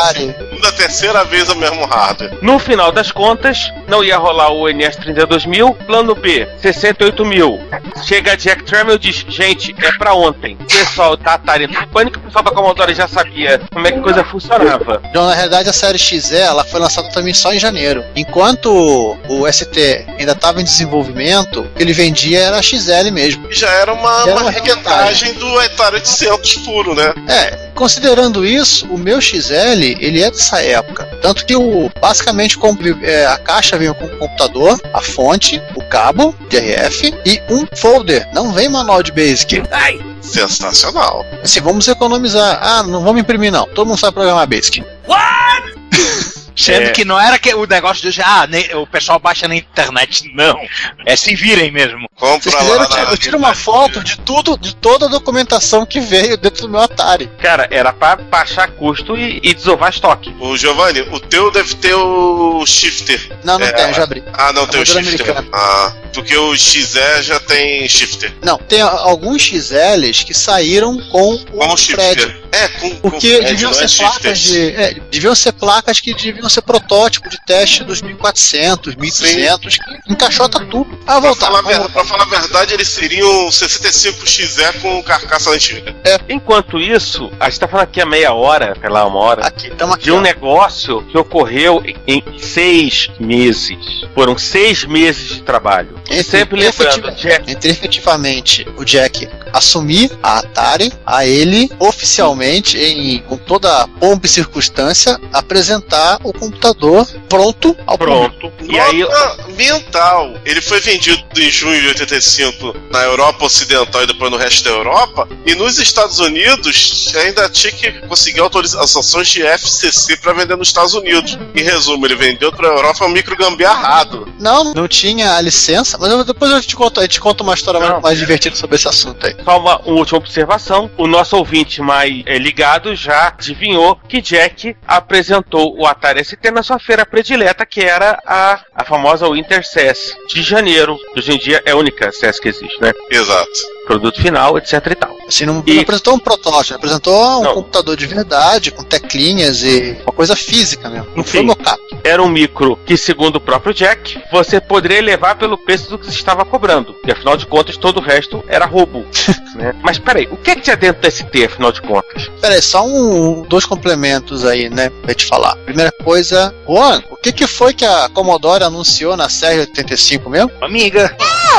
da terceira vez o mesmo hardware. No final das contas, não ia rolar o N S trinta e dois mil, plano B, sessenta e oito mil. Chega Jack Tramiel e diz, gente, é pra ontem. O pessoal da Atari, pânico, o pessoal da Commodore já sabia como é que a coisa funcionava. Então, na realidade, a série X E, ela foi lançada também só em janeiro. Enquanto o S T ainda estava em desenvolvimento, ele vendia era a X L mesmo. Já era uma, já era uma requentagem do Atari oitocentos puro, né? É, considerando isso, o meu X L, ele é dessa época. Tanto que o, basicamente é, a caixa vem com o computador, a fonte, o cabo de R F e um folder. Não vem manual de Basic. Ai. Sensacional. Assim, vamos economizar. Ah, não vamos imprimir não. Todo mundo sabe programar Basic. What? Sendo é. que não era que o negócio de ah, o pessoal baixa na internet, não. É se virem mesmo. Vocês quiseram, eu, eu tiro uma foto de tudo, de toda a documentação que veio dentro do meu Atari. Cara, era pra baixar custo e, e desovar estoque. O Giovanni, o teu deve ter o shifter. Não, não é, tem, já abri. Ah, não, tem o shifter. Americana. Ah, porque o X E já tem shifter. Não, tem alguns X Ls que saíram com o com o shifter. É, com, porque com deviam Fred, ser placas de, é, deviam ser placas que deviam ser protótipo de teste dos mil e quatrocentos, mil e duzentos, que encaixota tudo. Ah, voltar. Pra falar, ver, pra falar a verdade, eles seriam sessenta e cinco X E com carcaça antiga. É. Enquanto isso, a gente tá falando aqui há meia hora, sei lá, uma hora, aqui, aqui, de um ó. negócio que ocorreu em seis meses. Foram seis meses de trabalho. Entre, Sempre lembrando, Jack. Entre efetivamente o Jack assumir a Atari, a ele oficialmente, em, com toda a pompa e circunstância, apresentar o computador pronto ao pronto. E Nota aí mental. Ele foi vendido em junho de oitenta e cinco na Europa Ocidental e depois no resto da Europa. E nos Estados Unidos ainda tinha que conseguir autorizações de F C C para vender nos Estados Unidos. Em resumo, ele vendeu para a Europa um micro gambiarrado. Não, não tinha a licença. Mas eu, depois eu te conto, eu te conto uma história mais, mais divertida sobre esse assunto aí. Só uma, uma última observação. O nosso ouvinte mais é, ligado já adivinhou que Jack apresentou o Atari S T na sua feira predileta, que era a, a famosa Winter C E S de janeiro. Hoje em dia é a única C E S que existe, né? Exato. Produto final, etc e tal. Assim, não, e... não apresentou um protótipo, apresentou um não. computador de verdade, com teclinhas e uma coisa física mesmo. Não foi mocap. Era um micro que, segundo o próprio Jack, você poderia levar pelo preço do que se estava cobrando. E afinal de contas, todo o resto era roubo. Né? Mas peraí, o que é que tinha dentro do S T, afinal de contas? Peraí, só um, dois complementos aí, né, pra te falar. Primeira coisa, Juan, o que que foi que a Commodore anunciou na série oitenta e cinco mesmo? Amiga.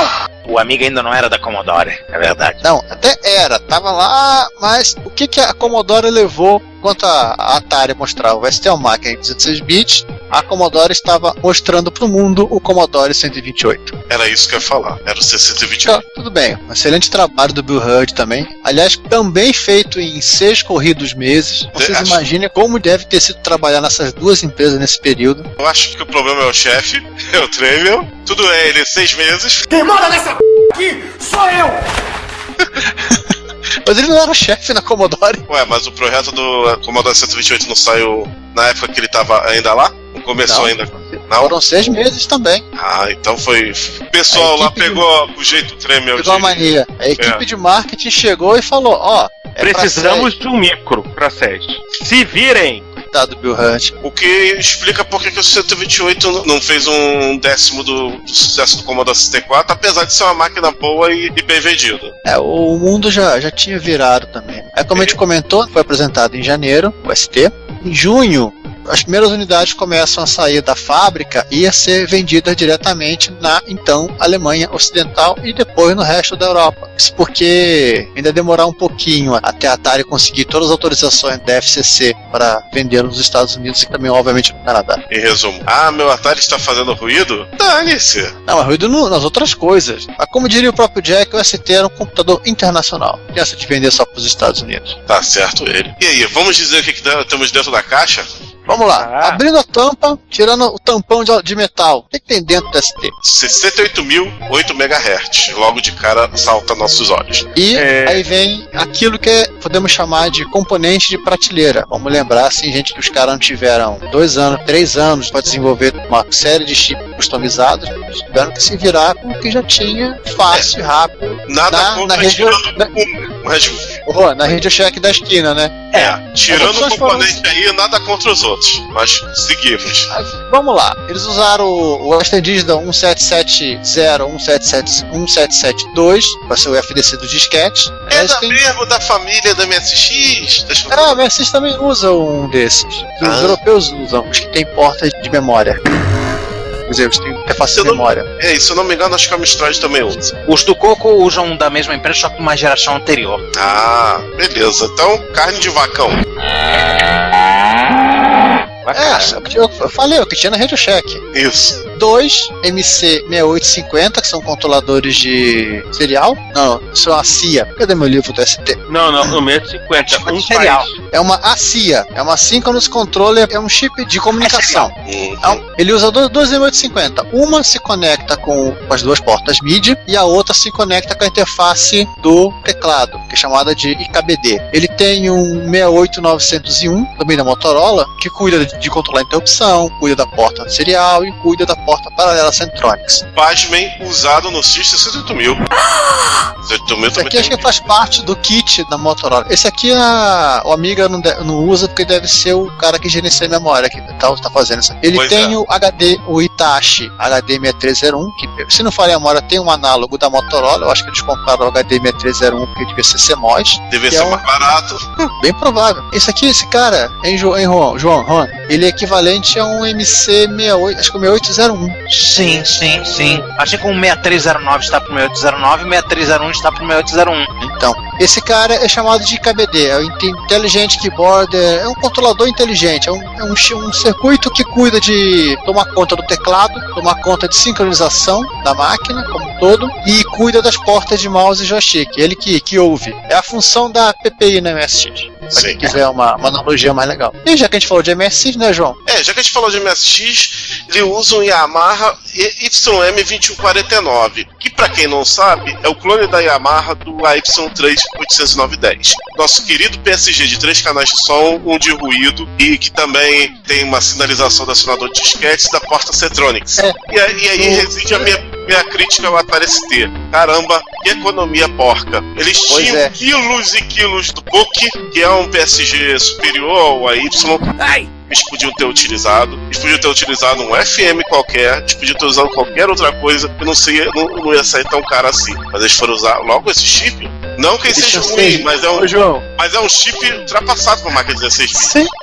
O Amiga ainda não era da Commodore, é verdade. Não, até era, tava lá, mas o que, que a Commodore levou enquanto a, a Atari mostrava o S T é uma máquina de dezesseis bits, a Commodore estava mostrando pro mundo o Commodore cento e vinte e oito. Era isso que eu ia falar, era o C cento e vinte e oito. Então, tudo bem, um excelente trabalho do Bill Hurd também. Aliás, também feito em seis corridos meses. Vocês acho... imaginem como deve ter sido trabalhar nessas duas empresas nesse período. Eu acho que o problema é o chefe, é o Tremel. Tudo é ele, seis meses. Quem manda nessa p aqui sou eu! Mas ele não era o chefe na Commodore. Ué, mas o projeto do Commodore cento e vinte e oito não saiu na época que ele tava ainda lá? Não começou Não. ainda? Não? Foram seis meses também. Ah, então foi... O pessoal lá pegou de... o jeito Tremel. Pegou a mania. A equipe é. de marketing chegou e falou, ó... Oh, é Precisamos de um micro pra sede. Se virem! Coitado do Bill Hurd. O que explica por que o cento e vinte e oito não fez um décimo do, do sucesso do Commodore sessenta e quatro, apesar de ser uma máquina boa e, e bem vendida. É, o mundo já, já tinha virado também. É como é. a gente comentou, foi apresentado em janeiro, o S T. Em junho, as primeiras unidades começam a sair da fábrica e a ser vendidas diretamente na, então, Alemanha Ocidental e depois no resto da Europa. Isso porque ainda demorar um pouquinho até a Atari conseguir todas as autorizações da F C C para vender nos Estados Unidos e também, obviamente, no Canadá. Em resumo, ah, meu Atari está fazendo ruído? Dane-se! Não, mas ruído no, nas outras coisas. Mas como diria o próprio Jack, o S T era um computador internacional. Não essa de vender só para os Estados Unidos. Tá certo ele. E aí, vamos dizer o que, que temos dentro da caixa? Vamos lá, ah. abrindo a tampa, tirando o tampão de, de metal. O que, que tem dentro do S T? sessenta e oito mil e oito megahertz. Logo de cara salta nossos olhos. E é... aí vem aquilo que é, podemos chamar de componente de prateleira. Vamos lembrar, assim, gente, que os caras não tiveram dois anos, três anos para desenvolver uma série de chips customizados. Eles tiveram que se virar com o que já tinha, fácil, é. rápido. Nada na, contra na região, tirando na, um, mas... oh, na Radio Shack da esquina, né? É, tirando o componente foram... aí, nada contra os outros. Mas seguimos. Mas, vamos lá. Eles usaram o Western Digital um sete sete zero, um sete sete, um sete sete dois, vai ser o F D C do disquete. É da tem... mesmo da família da M S X? Deixa eu ver. Ah, a M S X também usa um desses. Os ah. europeus usam, os que tem porta de memória. Quer dizer, os que tem interface de memória. É, e se eu não me engano, acho que a Amstrad também usa. Os do Coco usam da mesma empresa, só que uma geração anterior. Ah, beleza. Então, carne de vacão. É, eu falei, o que tinha na Radio Shack. Isso. Dois M C sessenta e oito cinquenta, que são controladores de serial. Não, são a C I A. Cadê meu livro do S T? Não, não, no sessenta e cinquenta. Um serial. É uma A C I A. É uma Synchronous Controller, é um chip de comunicação. Uhum. Então, ele usa dois, dois M oito cinquenta. Uma se conecta com as duas portas M I D I e a outra se conecta com a interface do teclado, que é chamada de I K B D. Ele tem um sessenta e oito novecentos e um, também da Motorola, que cuida de de controlar a interrupção, cuida da porta serial e cuida da porta paralela Centronics. Pasmem, usado no X sessenta e oito mil. sessenta e oito mil Esse aqui acho que faz parte do kit da Motorola. Esse aqui a, o Amiga não, de, não usa porque deve ser o cara que gerencia a memória que tá, tá fazendo isso. Ele pois tem é. o H D, o Hitachi H D sessenta e três zero um, que se não falha a memória tem um análogo da Motorola. Eu acho que eles compraram o H D sessenta e três zero um porque devia ser C M O S. Deve ser é um, mais barato. Bem provável. Esse aqui, esse cara, hein, João, hein, João, João, João, ele é equivalente a um M C sessenta e oito, acho que o sessenta e oito zero um. Sim, sim, sim. Assim como o sessenta e três zero nove está pro sessenta e oito zero nove, o sessenta e três zero um está pro sessenta e oito zero um. Então, esse cara é chamado de I K B D, é o Intelligent Keyboard, é um controlador inteligente, é um, é um, um circuito que cuida de tomar conta do teclado, tomar conta de sincronização da máquina como um todo e cuida das portas de mouse e joystick, ele que, que ouve. É a função da P P I na M S X. Pra quem quiser uma, uma analogia mais legal. E já que a gente falou de M S X, né, João? É, já que a gente falou de M S X, ele usa um Yamaha Y M vinte e um quarenta e nove, que pra quem não sabe, é o clone da Yamaha do A Y três oitocentos e nove dez. Nosso querido P S G de três canais de som, um de ruído, e que também tem uma sinalização do acionador de disquetes da porta Centronics. É. E, e aí reside a minha, minha crítica ao Atari S T. Caramba, que economia porca. Eles pois tinham é. quilos e quilos do Book, que é um P S G superior ao A Y. Ai! Eles podiam ter utilizado, eles podiam ter utilizado um F M qualquer, eles podiam ter usado qualquer outra coisa que não, seria, não, não ia sair tão caro assim. Mas eles foram usar logo esse chip. Não que ele seja ruim, mas é, um, mas é um chip ultrapassado para uma máquina de dezesseis bits. Sim,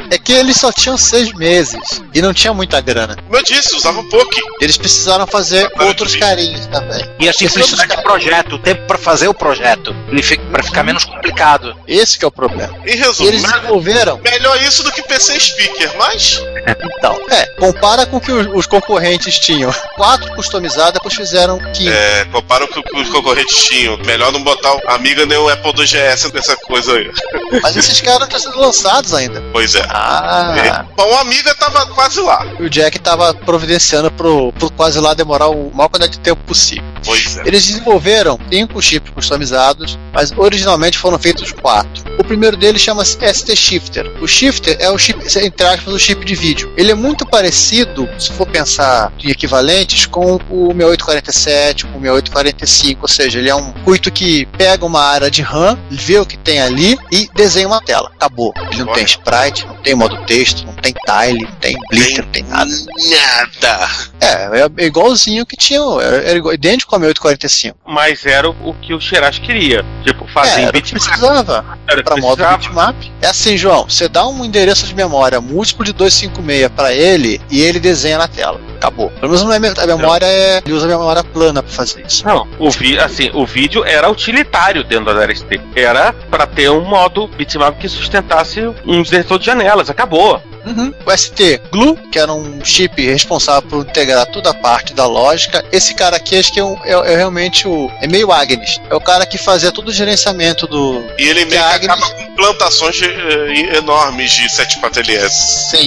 É que eles só tinham seis meses e não tinha muita grana. Como eu disse, usava pouco. Eles precisaram fazer outros carinhos também. E a simplicidade de projeto, o tempo pra fazer o projeto, ele fica, pra ficar menos complicado. Esse que é o problema. Em E resumo, eles desenvolveram. melhor isso do que P C Speaker, mas... Então, é, compara com o que os, os concorrentes tinham. Quatro customizadas, depois fizeram quinze. É, compara com o que os concorrentes tinham. Melhor não botar o Amiga nem o Apple dois G S nessa coisa aí. Mas esses caras não tinham sido lançados ainda. Pois é. Ah, É. Bom, o Amiga tava quase lá. e o Jack tava providenciando pro, pro quase lá demorar o maior quantidade de tempo possível. Pois é. Eles desenvolveram cinco chips customizados, mas originalmente foram feitos quatro. O primeiro deles chama-se S T Shifter. O Shifter é o chip, entre aspas, o chip de vídeo. Ele é muito parecido, se for pensar em equivalentes, com o sessenta e oito quarenta e sete, com o sessenta e oito quarenta e cinco, ou seja, ele é um circuito que pega uma área de RAM, vê o que tem ali e desenha uma tela. Acabou. Ele não Olha. tem sprite, não tem modo texto, não tem tile, não tem blitter, não tem nada. Nada. É, é igualzinho que tinha, era, era igual, idêntico ao sessenta e oito quarenta e cinco. Mas era o, o que o Xerax queria. Tipo, fazer É, em era o que bitmap. precisava. Era o que Para modo precisava. bitmap. É assim, João, você dá um endereço de memória múltiplo de duzentos e cinquenta e seis para ele e ele desenha na tela. Acabou. Pelo menos não é, a memória é, ele usa a memória plana para fazer isso. Não, o, vi, assim, o vídeo era utilitário dentro da D R S T. Era para ter um modo bitmap que sustentasse um diretor de janelas. Acabou. Uhum. O S T Glue, que era um chip responsável por integrar toda a parte da lógica. Esse cara aqui, acho que é, um, é, é realmente o. É meio Agnes. É o cara que fazia todo o gerenciamento do. E ele meio que Agnes- acaba com plantações de, eh, enormes de sete quatro L S. Sim.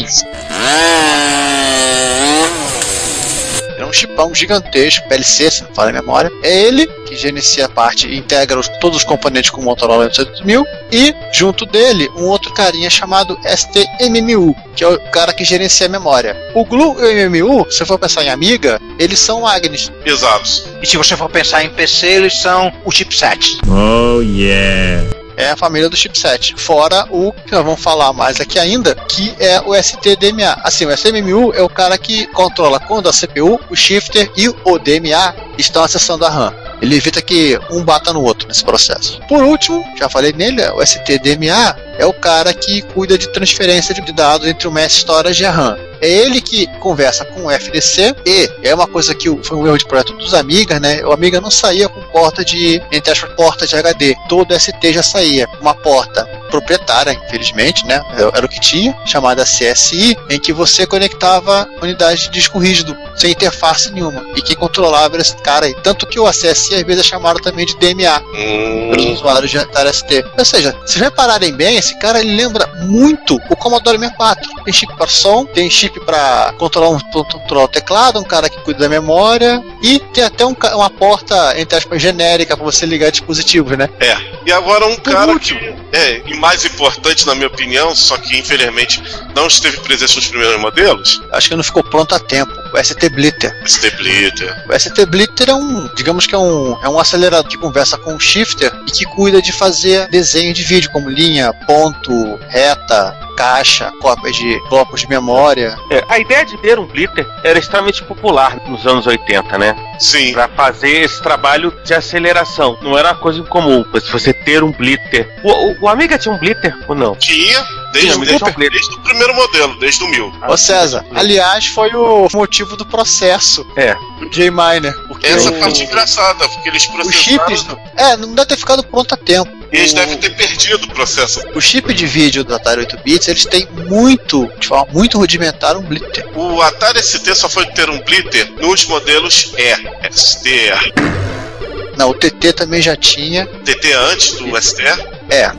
É um chipão gigantesco, P L C, se não fala a memória. É ele que gerencia a parte e integra os, todos os componentes com o Motorola oito mil. E, junto dele, um outro carinha chamado S T M M U, que é o cara que gerencia a memória. O Glue e o M M U, se você for pensar em Amiga, eles são Agnes. Exato. E se você for pensar em P C, eles são o chipset. Oh yeah. É a família do chipset. Fora o que nós vamos falar mais aqui ainda, que é o S T D M A. Assim, o S T M M U é o cara que controla quando a C P U, o shifter e o D M A estão acessando a RAM. Ele evita que um bata no outro nesse processo. Por último, já falei nele, o S T D M A é o cara que cuida de transferência de dados entre o Mass Storage e a RAM. É ele que conversa com o F D C e é uma coisa que foi um erro de projeto dos Amigas, né? O Amiga não saía com porta de, entre aspas, porta de H D. Todo S T já saía. Uma porta proprietária, infelizmente, né? Era o que tinha, chamada C S I, em que você conectava unidade de disco rígido, sem interface nenhuma. E quem controlava era esse cara aí. Tanto que o C S I às vezes é chamado também de D M A. Hum, Pelos usuários de Atari S T. Ou seja, se repararem bem, esse cara ele lembra muito o Commodore sessenta e quatro. Tem chip para som, tem chip para controlar, um, controlar o teclado, um cara que cuida da memória e tem até um, ca- uma porta, entre aspas, genérica para você ligar dispositivos, né? é. E agora um Por cara último. que é, e mais importante na minha opinião, só que infelizmente não esteve presente nos primeiros modelos, Acho que não ficou pronto a tempo. O S T Blitter. S T Blitter. O S T Blitter é um, digamos que é um, é um acelerador que conversa com o shifter e que cuida de fazer desenho de vídeo, como linha, ponto, reta, caixa, cópias de blocos de memória. É, a ideia de ter um blitter era extremamente popular nos anos oitenta, né? Sim. Pra fazer esse trabalho de aceleração. Não era uma coisa incomum, mas você ter um blitter. O, o, o Amiga tinha um blitter ou não? Tinha desde, Tinha, desde, Cooper. desde o primeiro modelo, desde o mil. Ô César, aliás, foi o motivo do processo É. do J Miner. Porque Essa o, parte engraçada, porque eles os chips. processaram É, não deve ter ficado pronto a tempo. e eles O- devem ter perdido o processo. O chip de vídeo do Atari oito bits, eles têm muito, de forma muito rudimentar, um blitter. O Atari S T só foi ter um blitter nos modelos E, S T E. Não, o T T também já tinha. T T antes do S T E? É.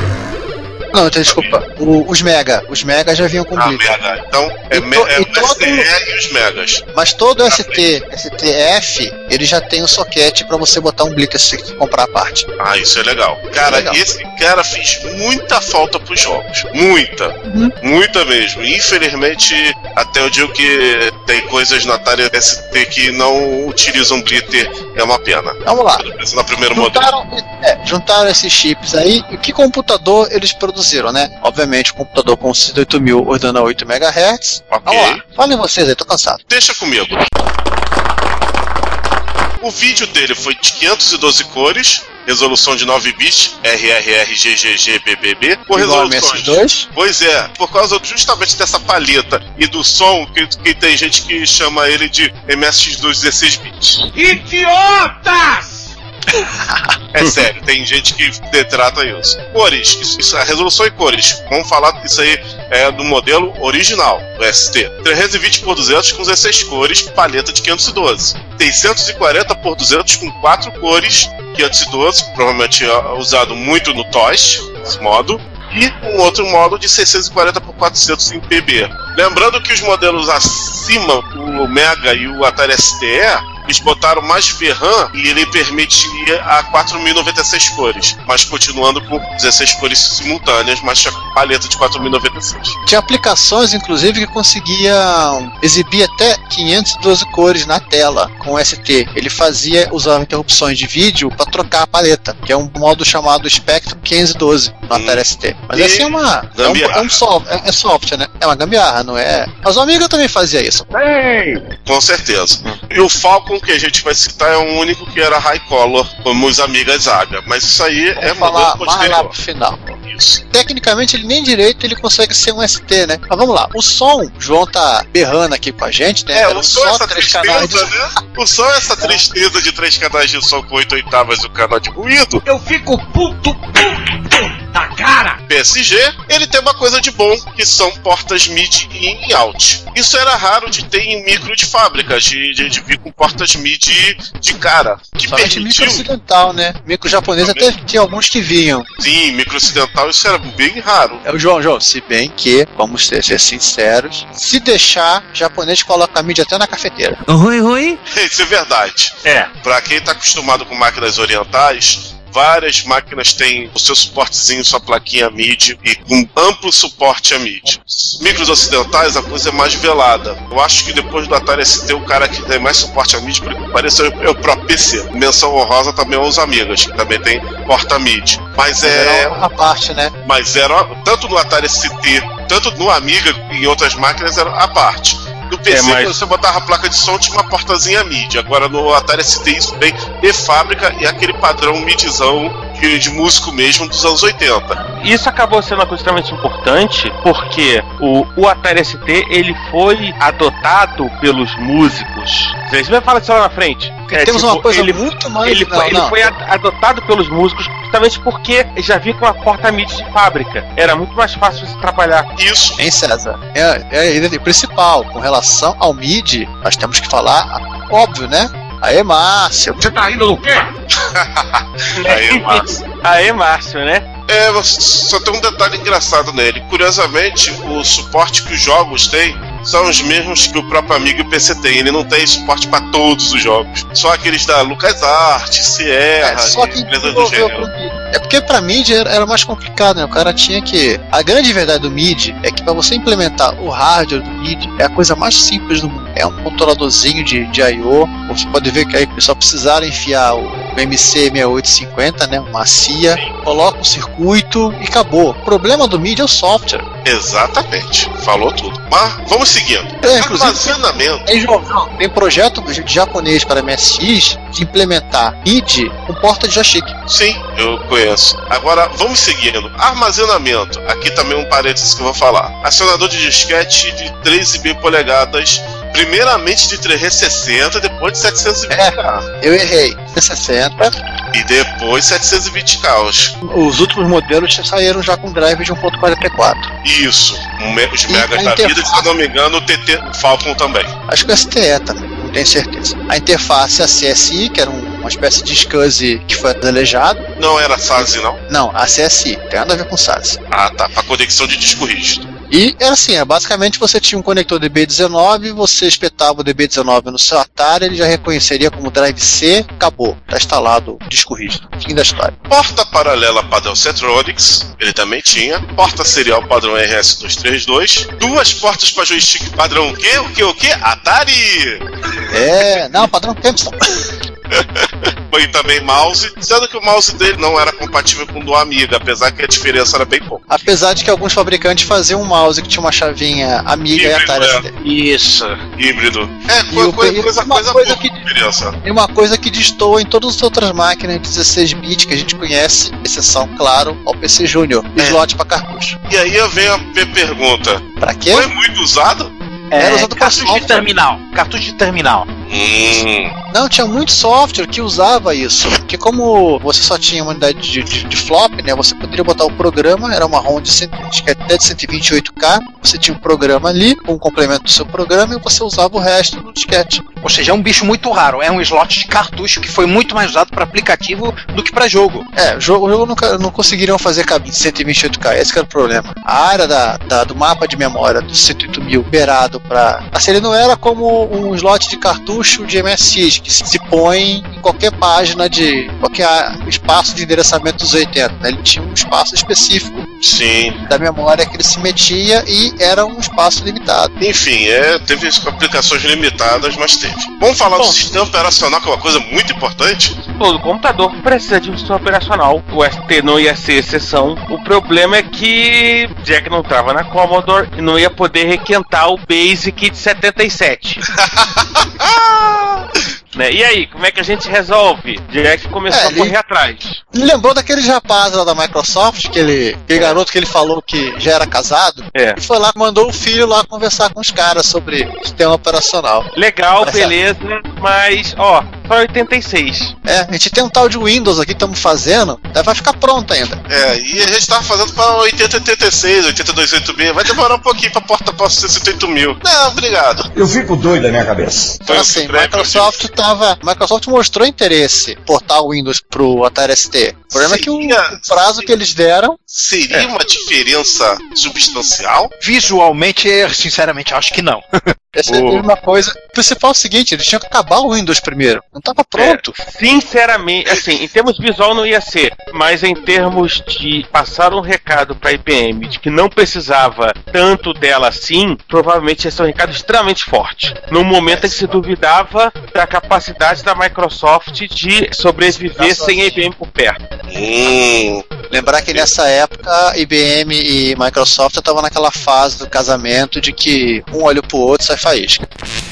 Não, então, desculpa. O- os Mega. Os Mega já vinham com Ah, blitter. Mega. Então, é, E me- to- é e o todo- S T E e os Megas. Mas todo o S T, S T F, ele já tem o soquete pra você botar um blitter se você comprar a parte. Ah, isso é legal. Cara, Legal. esse cara fez muita falta pros jogos. Muita. Uhum. Muita mesmo. Infelizmente, até eu digo que tem coisas no Atari S T que não utilizam blitter. É uma pena. Vamos lá. No primeiro modelo. Juntaram, é, juntaram esses chips aí. E que computador eles produziram, né? Obviamente, o computador com sessenta e oito mil rodando a oito megahertz. Vamos Ok. lá. Falem vocês aí, tô cansado. Deixa comigo. O vídeo dele foi de quinhentas e doze cores, resolução de nove bits, R R R G G G B B B, por Igual resoluções. M S dois? Pois é, por causa justamente dessa palheta e do som, que, que tem gente que chama ele de M S X dois dezesseis bits. Idiotas! É sério, tem gente que detrata isso. Cores, isso, isso, a resolução e cores. Vamos falar disso aí, é do modelo original do S T. trezentos e vinte por duzentos com dezesseis cores, paleta de quinhentos e doze. seiscentos e quarenta por duzentos com quatro cores, quinhentos e doze, provavelmente usado muito no T O S, esse modo. E um outro modo de seiscentos e quarenta por quatrocentos em P B. Lembrando que os modelos acima, o Mega e o Atari S T E, eles botaram mais V RAM e ele permitia a quatro mil e noventa e seis cores, mas continuando com dezesseis cores simultâneas, mas tinha paleta de quatro mil e noventa e seis. Tinha aplicações, inclusive, que conseguiam exibir até quinhentas e doze cores na tela com o S T. Ele fazia, usava interrupções de vídeo para trocar a paleta, que é um modo chamado Spectrum quinhentos e doze no Atari hum. S T. Mas e assim é uma. É um, é, um soft, é, é software, né? É uma gambiarra, não é? Mas o Amiga também fazia isso. Ei. Com certeza. Hum. E o Falcon que a gente vai citar é o único que era high color, como os Amigas Zaga. Mas isso aí Vamos é falar mais lá pro final. Isso. Tecnicamente ele nem direito ele consegue ser um S T, né? Mas vamos lá, o som, o João tá berrando aqui com a gente, né? É, Eram o som só é essa três tristeza, canais de... né? O som é essa tristeza de três canais de som com oito oitavas e o canal de ruído. Eu fico puto, puto da cara! P S G, ele tem uma coisa de bom, que são portas mid e in e out. Isso era raro de ter em micro de fábrica, de, de, de vir com portas mid de cara. Que Somente permitiu... micro ocidental, né? Micro japonês até tinha alguns que vinham. Sim, micro ocidental isso era bem raro. É o João, João, se bem que, vamos ser, ser sinceros, se deixar, japonês coloca a mídia até na cafeteira. Oi, oi. Isso é verdade. É. Pra quem tá acostumado com máquinas orientais, várias máquinas têm o seu suportezinho, sua plaquinha M I D e com amplo suporte a M I D. Micros ocidentais, a coisa é mais velada. Eu acho que depois do Atari S T, o cara que tem mais suporte a M I D, por que parece, é o próprio P C. Menção honrosa também aos Amigas, que também tem porta M I D. Mas é... Era uma parte, né? Mas era, tanto no Atari S T, tanto no Amiga e em outras máquinas, era a parte. No P C, é, mas... quando você botava a placa de som, tinha uma portazinha M I D. Agora no Atari S T isso vem de fábrica e aquele padrão MIDizão de, de músico mesmo dos anos oitenta. Isso acabou sendo uma coisa extremamente importante, porque o, o Atari S T ele foi adotado pelos músicos. Você vai falar disso lá na frente. É, Temos tipo, uma coisa ele, muito mais... Ele, não, foi, ele não. foi adotado pelos músicos justamente porque já vinha com a porta M I D de fábrica. Era muito mais fácil de se trabalhar. Isso. Hein, César? É, é, é, é principal. Com relação ao M I D, nós temos que falar, óbvio, né? Aê, Márcio. Você tá indo no quê? Aê, Márcio. Aê, Márcio, né? É, só tem um detalhe engraçado nele. Curiosamente, o suporte que os jogos têm são os mesmos que o próprio Amiga e o P C tem. Ele não tem suporte para todos os jogos. Só aqueles da LucasArts, Sierra, é, só que empresas do gênero. É porque pra M I D era, era mais complicado, né? O cara tinha que... A grande verdade do M I D é que pra você implementar o hardware do M I D é a coisa mais simples do mundo. É um controladorzinho de, de I O. Você pode ver que aí só precisaram enfiar o M C sessenta e oito cinquenta, né? Uma C I A, coloca o circuito e acabou. O problema do M I D é o software. Exatamente. Falou tudo. Mas vamos seguindo. É, inclusive, armazenamento. Tem, tem projeto de japonês para M S X de implementar M I D com porta de joystick. Sim, eu conheço. Agora, vamos seguindo. Armazenamento. Aqui também um parênteses que eu vou falar. Acionador de disquete de três e meia polegadas. Primeiramente de trezentos e sessenta, depois de setecentos e vinte K. É, eu errei. trezentos e sessenta. E depois setecentos e vinte K. Os últimos modelos saíram já com drive de um ponto quarenta e quatro. Isso. Os e megas da vida, se eu não me engano, o T T, o Falcon também. Acho que o S T E também, não tenho certeza. A interface A C S I, que era um, uma espécie de SCSI que foi desalejado. Não era S A S I, não? Não, A C S I. Tem nada a ver com S A S I. Ah, tá. Pra conexão de disco rígido. E era assim, é, basicamente você tinha um conector D B dezenove, você espetava o D B dezenove no seu Atari, ele já reconheceria como drive C, acabou, está instalado o disco rígido. Fim da história. Porta paralela padrão Centronics, ele também tinha. Porta serial padrão R S duzentos e trinta e dois. Duas portas para joystick padrão o quê? O quê? O quê? Atari! É, não, padrão Kempson. e também mouse, sendo que o mouse dele não era compatível com o do Amiga, apesar que a diferença era bem pouca. Apesar de que alguns fabricantes faziam um mouse que tinha uma chavinha Amiga Híbrido, e Atari é. S T. Isso. Híbrido. É, E coisa, o- coisa, e coisa, uma coisa coisa pouca que- diferença. E uma coisa que destoa em todas as outras máquinas de dezesseis bits que a gente conhece, exceção, claro, ao P C Júnior, É. slot pra cartucho. E aí eu venho a per- pergunta: Pra quê? foi muito usado? Era usado pra cartucho de software. terminal. Cartucho de terminal. Hum. Não, tinha muito software que usava isso. Porque como você só tinha uma unidade de, de, de flop, né? Você poderia botar o programa, era uma ROM de, cem, acho que até de cento e vinte e oito K. Você tinha um programa ali, com um complemento do seu programa, e você usava o resto no disquete. Ou seja, é um bicho muito raro. É um slot de cartucho que foi muito mais usado para aplicativo do que para jogo. É, o jogo, o jogo nunca, não conseguiriam fazer cabine de cento e vinte e oito K, esse que era o problema. A área da, da- do mapa de memória do cento e oito mil beirado pra... Assim, ele não era como um slot de cartucho de M S X, que se põe em qualquer página de... qualquer espaço de endereçamento dos oitenta, né? Ele tinha um espaço específico Sim. da memória que ele se metia e era um espaço limitado. Enfim, é, teve aplicações limitadas, mas teve. Vamos falar Bom. do sistema operacional, que é uma coisa muito importante. Todo computador precisa de um sistema operacional. O S T não ia ser exceção. O problema é que Jack não trava na Commodore e não ia poder requentar o Basic de setenta e sete. Né? E aí, como é que a gente resolve? Jack começou É, a ele- correr atrás. Ele lembrou daqueles rapazes lá da Microsoft, aquele, aquele garoto que ele falou que já era casado, É. e foi lá, mandou o filho lá conversar com os caras sobre o sistema operacional. Legal, Parece- beleza, mas, ó, só oitenta e seis. É, a gente tem um tal de Windows aqui que estamos fazendo, daí vai ficar pronto ainda. É, e a gente tava fazendo para oitenta e oitenta e seis, oitenta e dois oito B. Vai demorar um pouquinho pra porta para sessenta e oito mil. Não, obrigado. Eu fico doido da minha cabeça. Então Foi assim, um breve Microsoft tava, Microsoft mostrou interesse em portar o Windows pro Atari S T. O problema é que o, Seria- o prazo que eles deram, Seria uma diferença substancial? Visualmente, eu sinceramente acho que não. essa é a mesma coisa. O principal é o seguinte, eles tinham que acabar o Windows primeiro, não tava pronto. É, sinceramente, assim, em termos visual não ia ser, mas em termos de passar um recado pra I B M de que não precisava tanto dela assim, provavelmente ia ser um recado extremamente forte. No momento em que se duvidava da capacidade da Microsoft de sobreviver sem a I B M por perto. Hum. Lembrar que nessa época I B M e Microsoft estavam naquela fase do casamento de que um olha pro outro e sai faísca.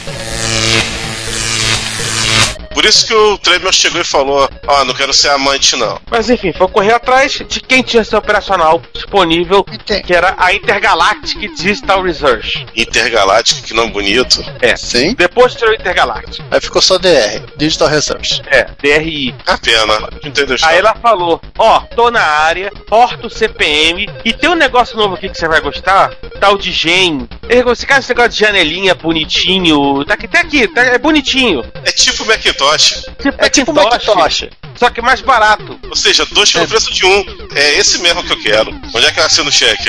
Por isso que o Tremel chegou e falou: ó, não quero ser amante, não. Mas enfim, foi correr atrás de quem tinha seu operacional disponível, E tem- que era a Intergalactic Digital Research. Intergaláctico, que não bonito. É. Sim. Depois tirou Intergalactic. Aí ficou só D R, Digital Research. É, D R I. A pena. Entendeu? Aí ela falou, ó, tô na área, porta o C P M, e tem um negócio novo aqui que você vai gostar, tal de Gen. Esse cara, esse negócio de janelinha bonitinho, tá aqui, tá aqui, tá, é bonitinho. É tipo Macintosh. Tipo É tipo Macintosh, Macintosh. só que mais barato. Ou seja, dois pelo preço de um. É esse mesmo que eu quero. Onde é que assina o cheque?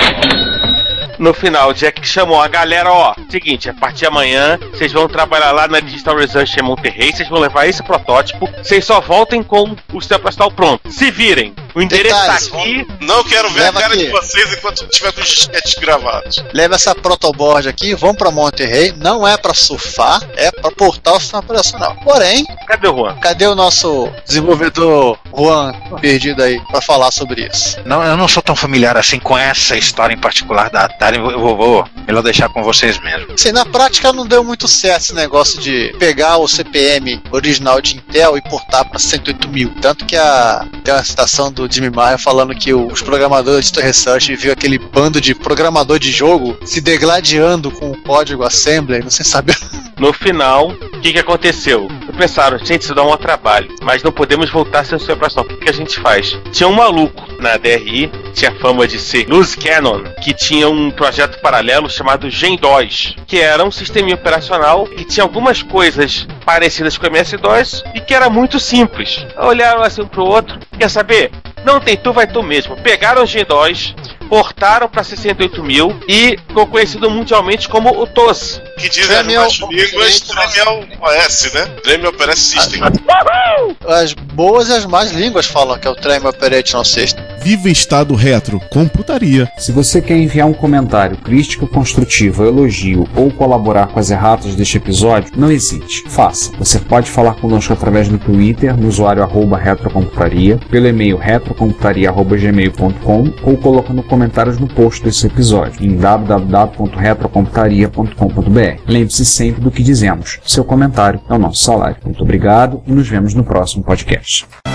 No final, o Jack chamou a galera, ó, seguinte, a partir de amanhã, vocês vão trabalhar lá na Digital Research em Monterrey, vocês vão levar esse protótipo, vocês só voltem com o sistema operacional pronto. Se virem, o endereço Detalhes, tá aqui. Não quero ver Leva a cara aqui. de vocês enquanto tiver com os disquetes gravados. Leva essa protoboard aqui, vão pra Monterrey, não é pra surfar, é pra portar o sistema operacional. Porém, Cadê o Juan? cadê o nosso desenvolvedor Juan perdido aí pra falar sobre isso? Não, eu não sou tão familiar assim com essa história em particular da Atari. Eu vou, vou melhor deixar com vocês mesmo. Assim, na prática não deu muito certo esse negócio de pegar o C P M original de Intel e portar para cento e oito mil. Tanto que a, tem uma citação do Jimmy Maia falando que os programadores da Digital Research viu aquele bando de programador de jogo se degladiando com o código assembly, não sei saber. No final, o que que aconteceu? Pensaram, gente, isso dá um trabalho, mas não podemos voltar sem o seu operação. O que que a gente faz? Tinha um maluco na D R I, tinha fama de ser Luz Cannon, que tinha um projeto paralelo chamado Gen dois, que era um sistema operacional que tinha algumas coisas parecidas com o M S dois e que era muito simples. Olharam assim um pro outro, quer saber? Não tem tu, vai tu mesmo. Pegaram o Gen dois, portaram para sessenta e oito mil e ficou conhecido mundialmente como o T O S. Que dizem Tremel- as línguas Tremel O S, né? Tremel Operating System. As boas e as más línguas falam que é o Tremel Operating System. Viva Estado Retro, computaria. Se você quer enviar um comentário crítico, construtivo, elogio ou colaborar com as erratas deste episódio, não hesite, faça. Você pode falar conosco através do Twitter, no usuário arroba retrocomputaria, pelo e-mail retrocomputaria arroba gmail ponto com ou colocando comentários no post desse episódio em w w w ponto retrocomputaria ponto com ponto b r. Lembre-se sempre do que dizemos. Seu comentário é o nosso salário. Muito obrigado e nos vemos no próximo podcast.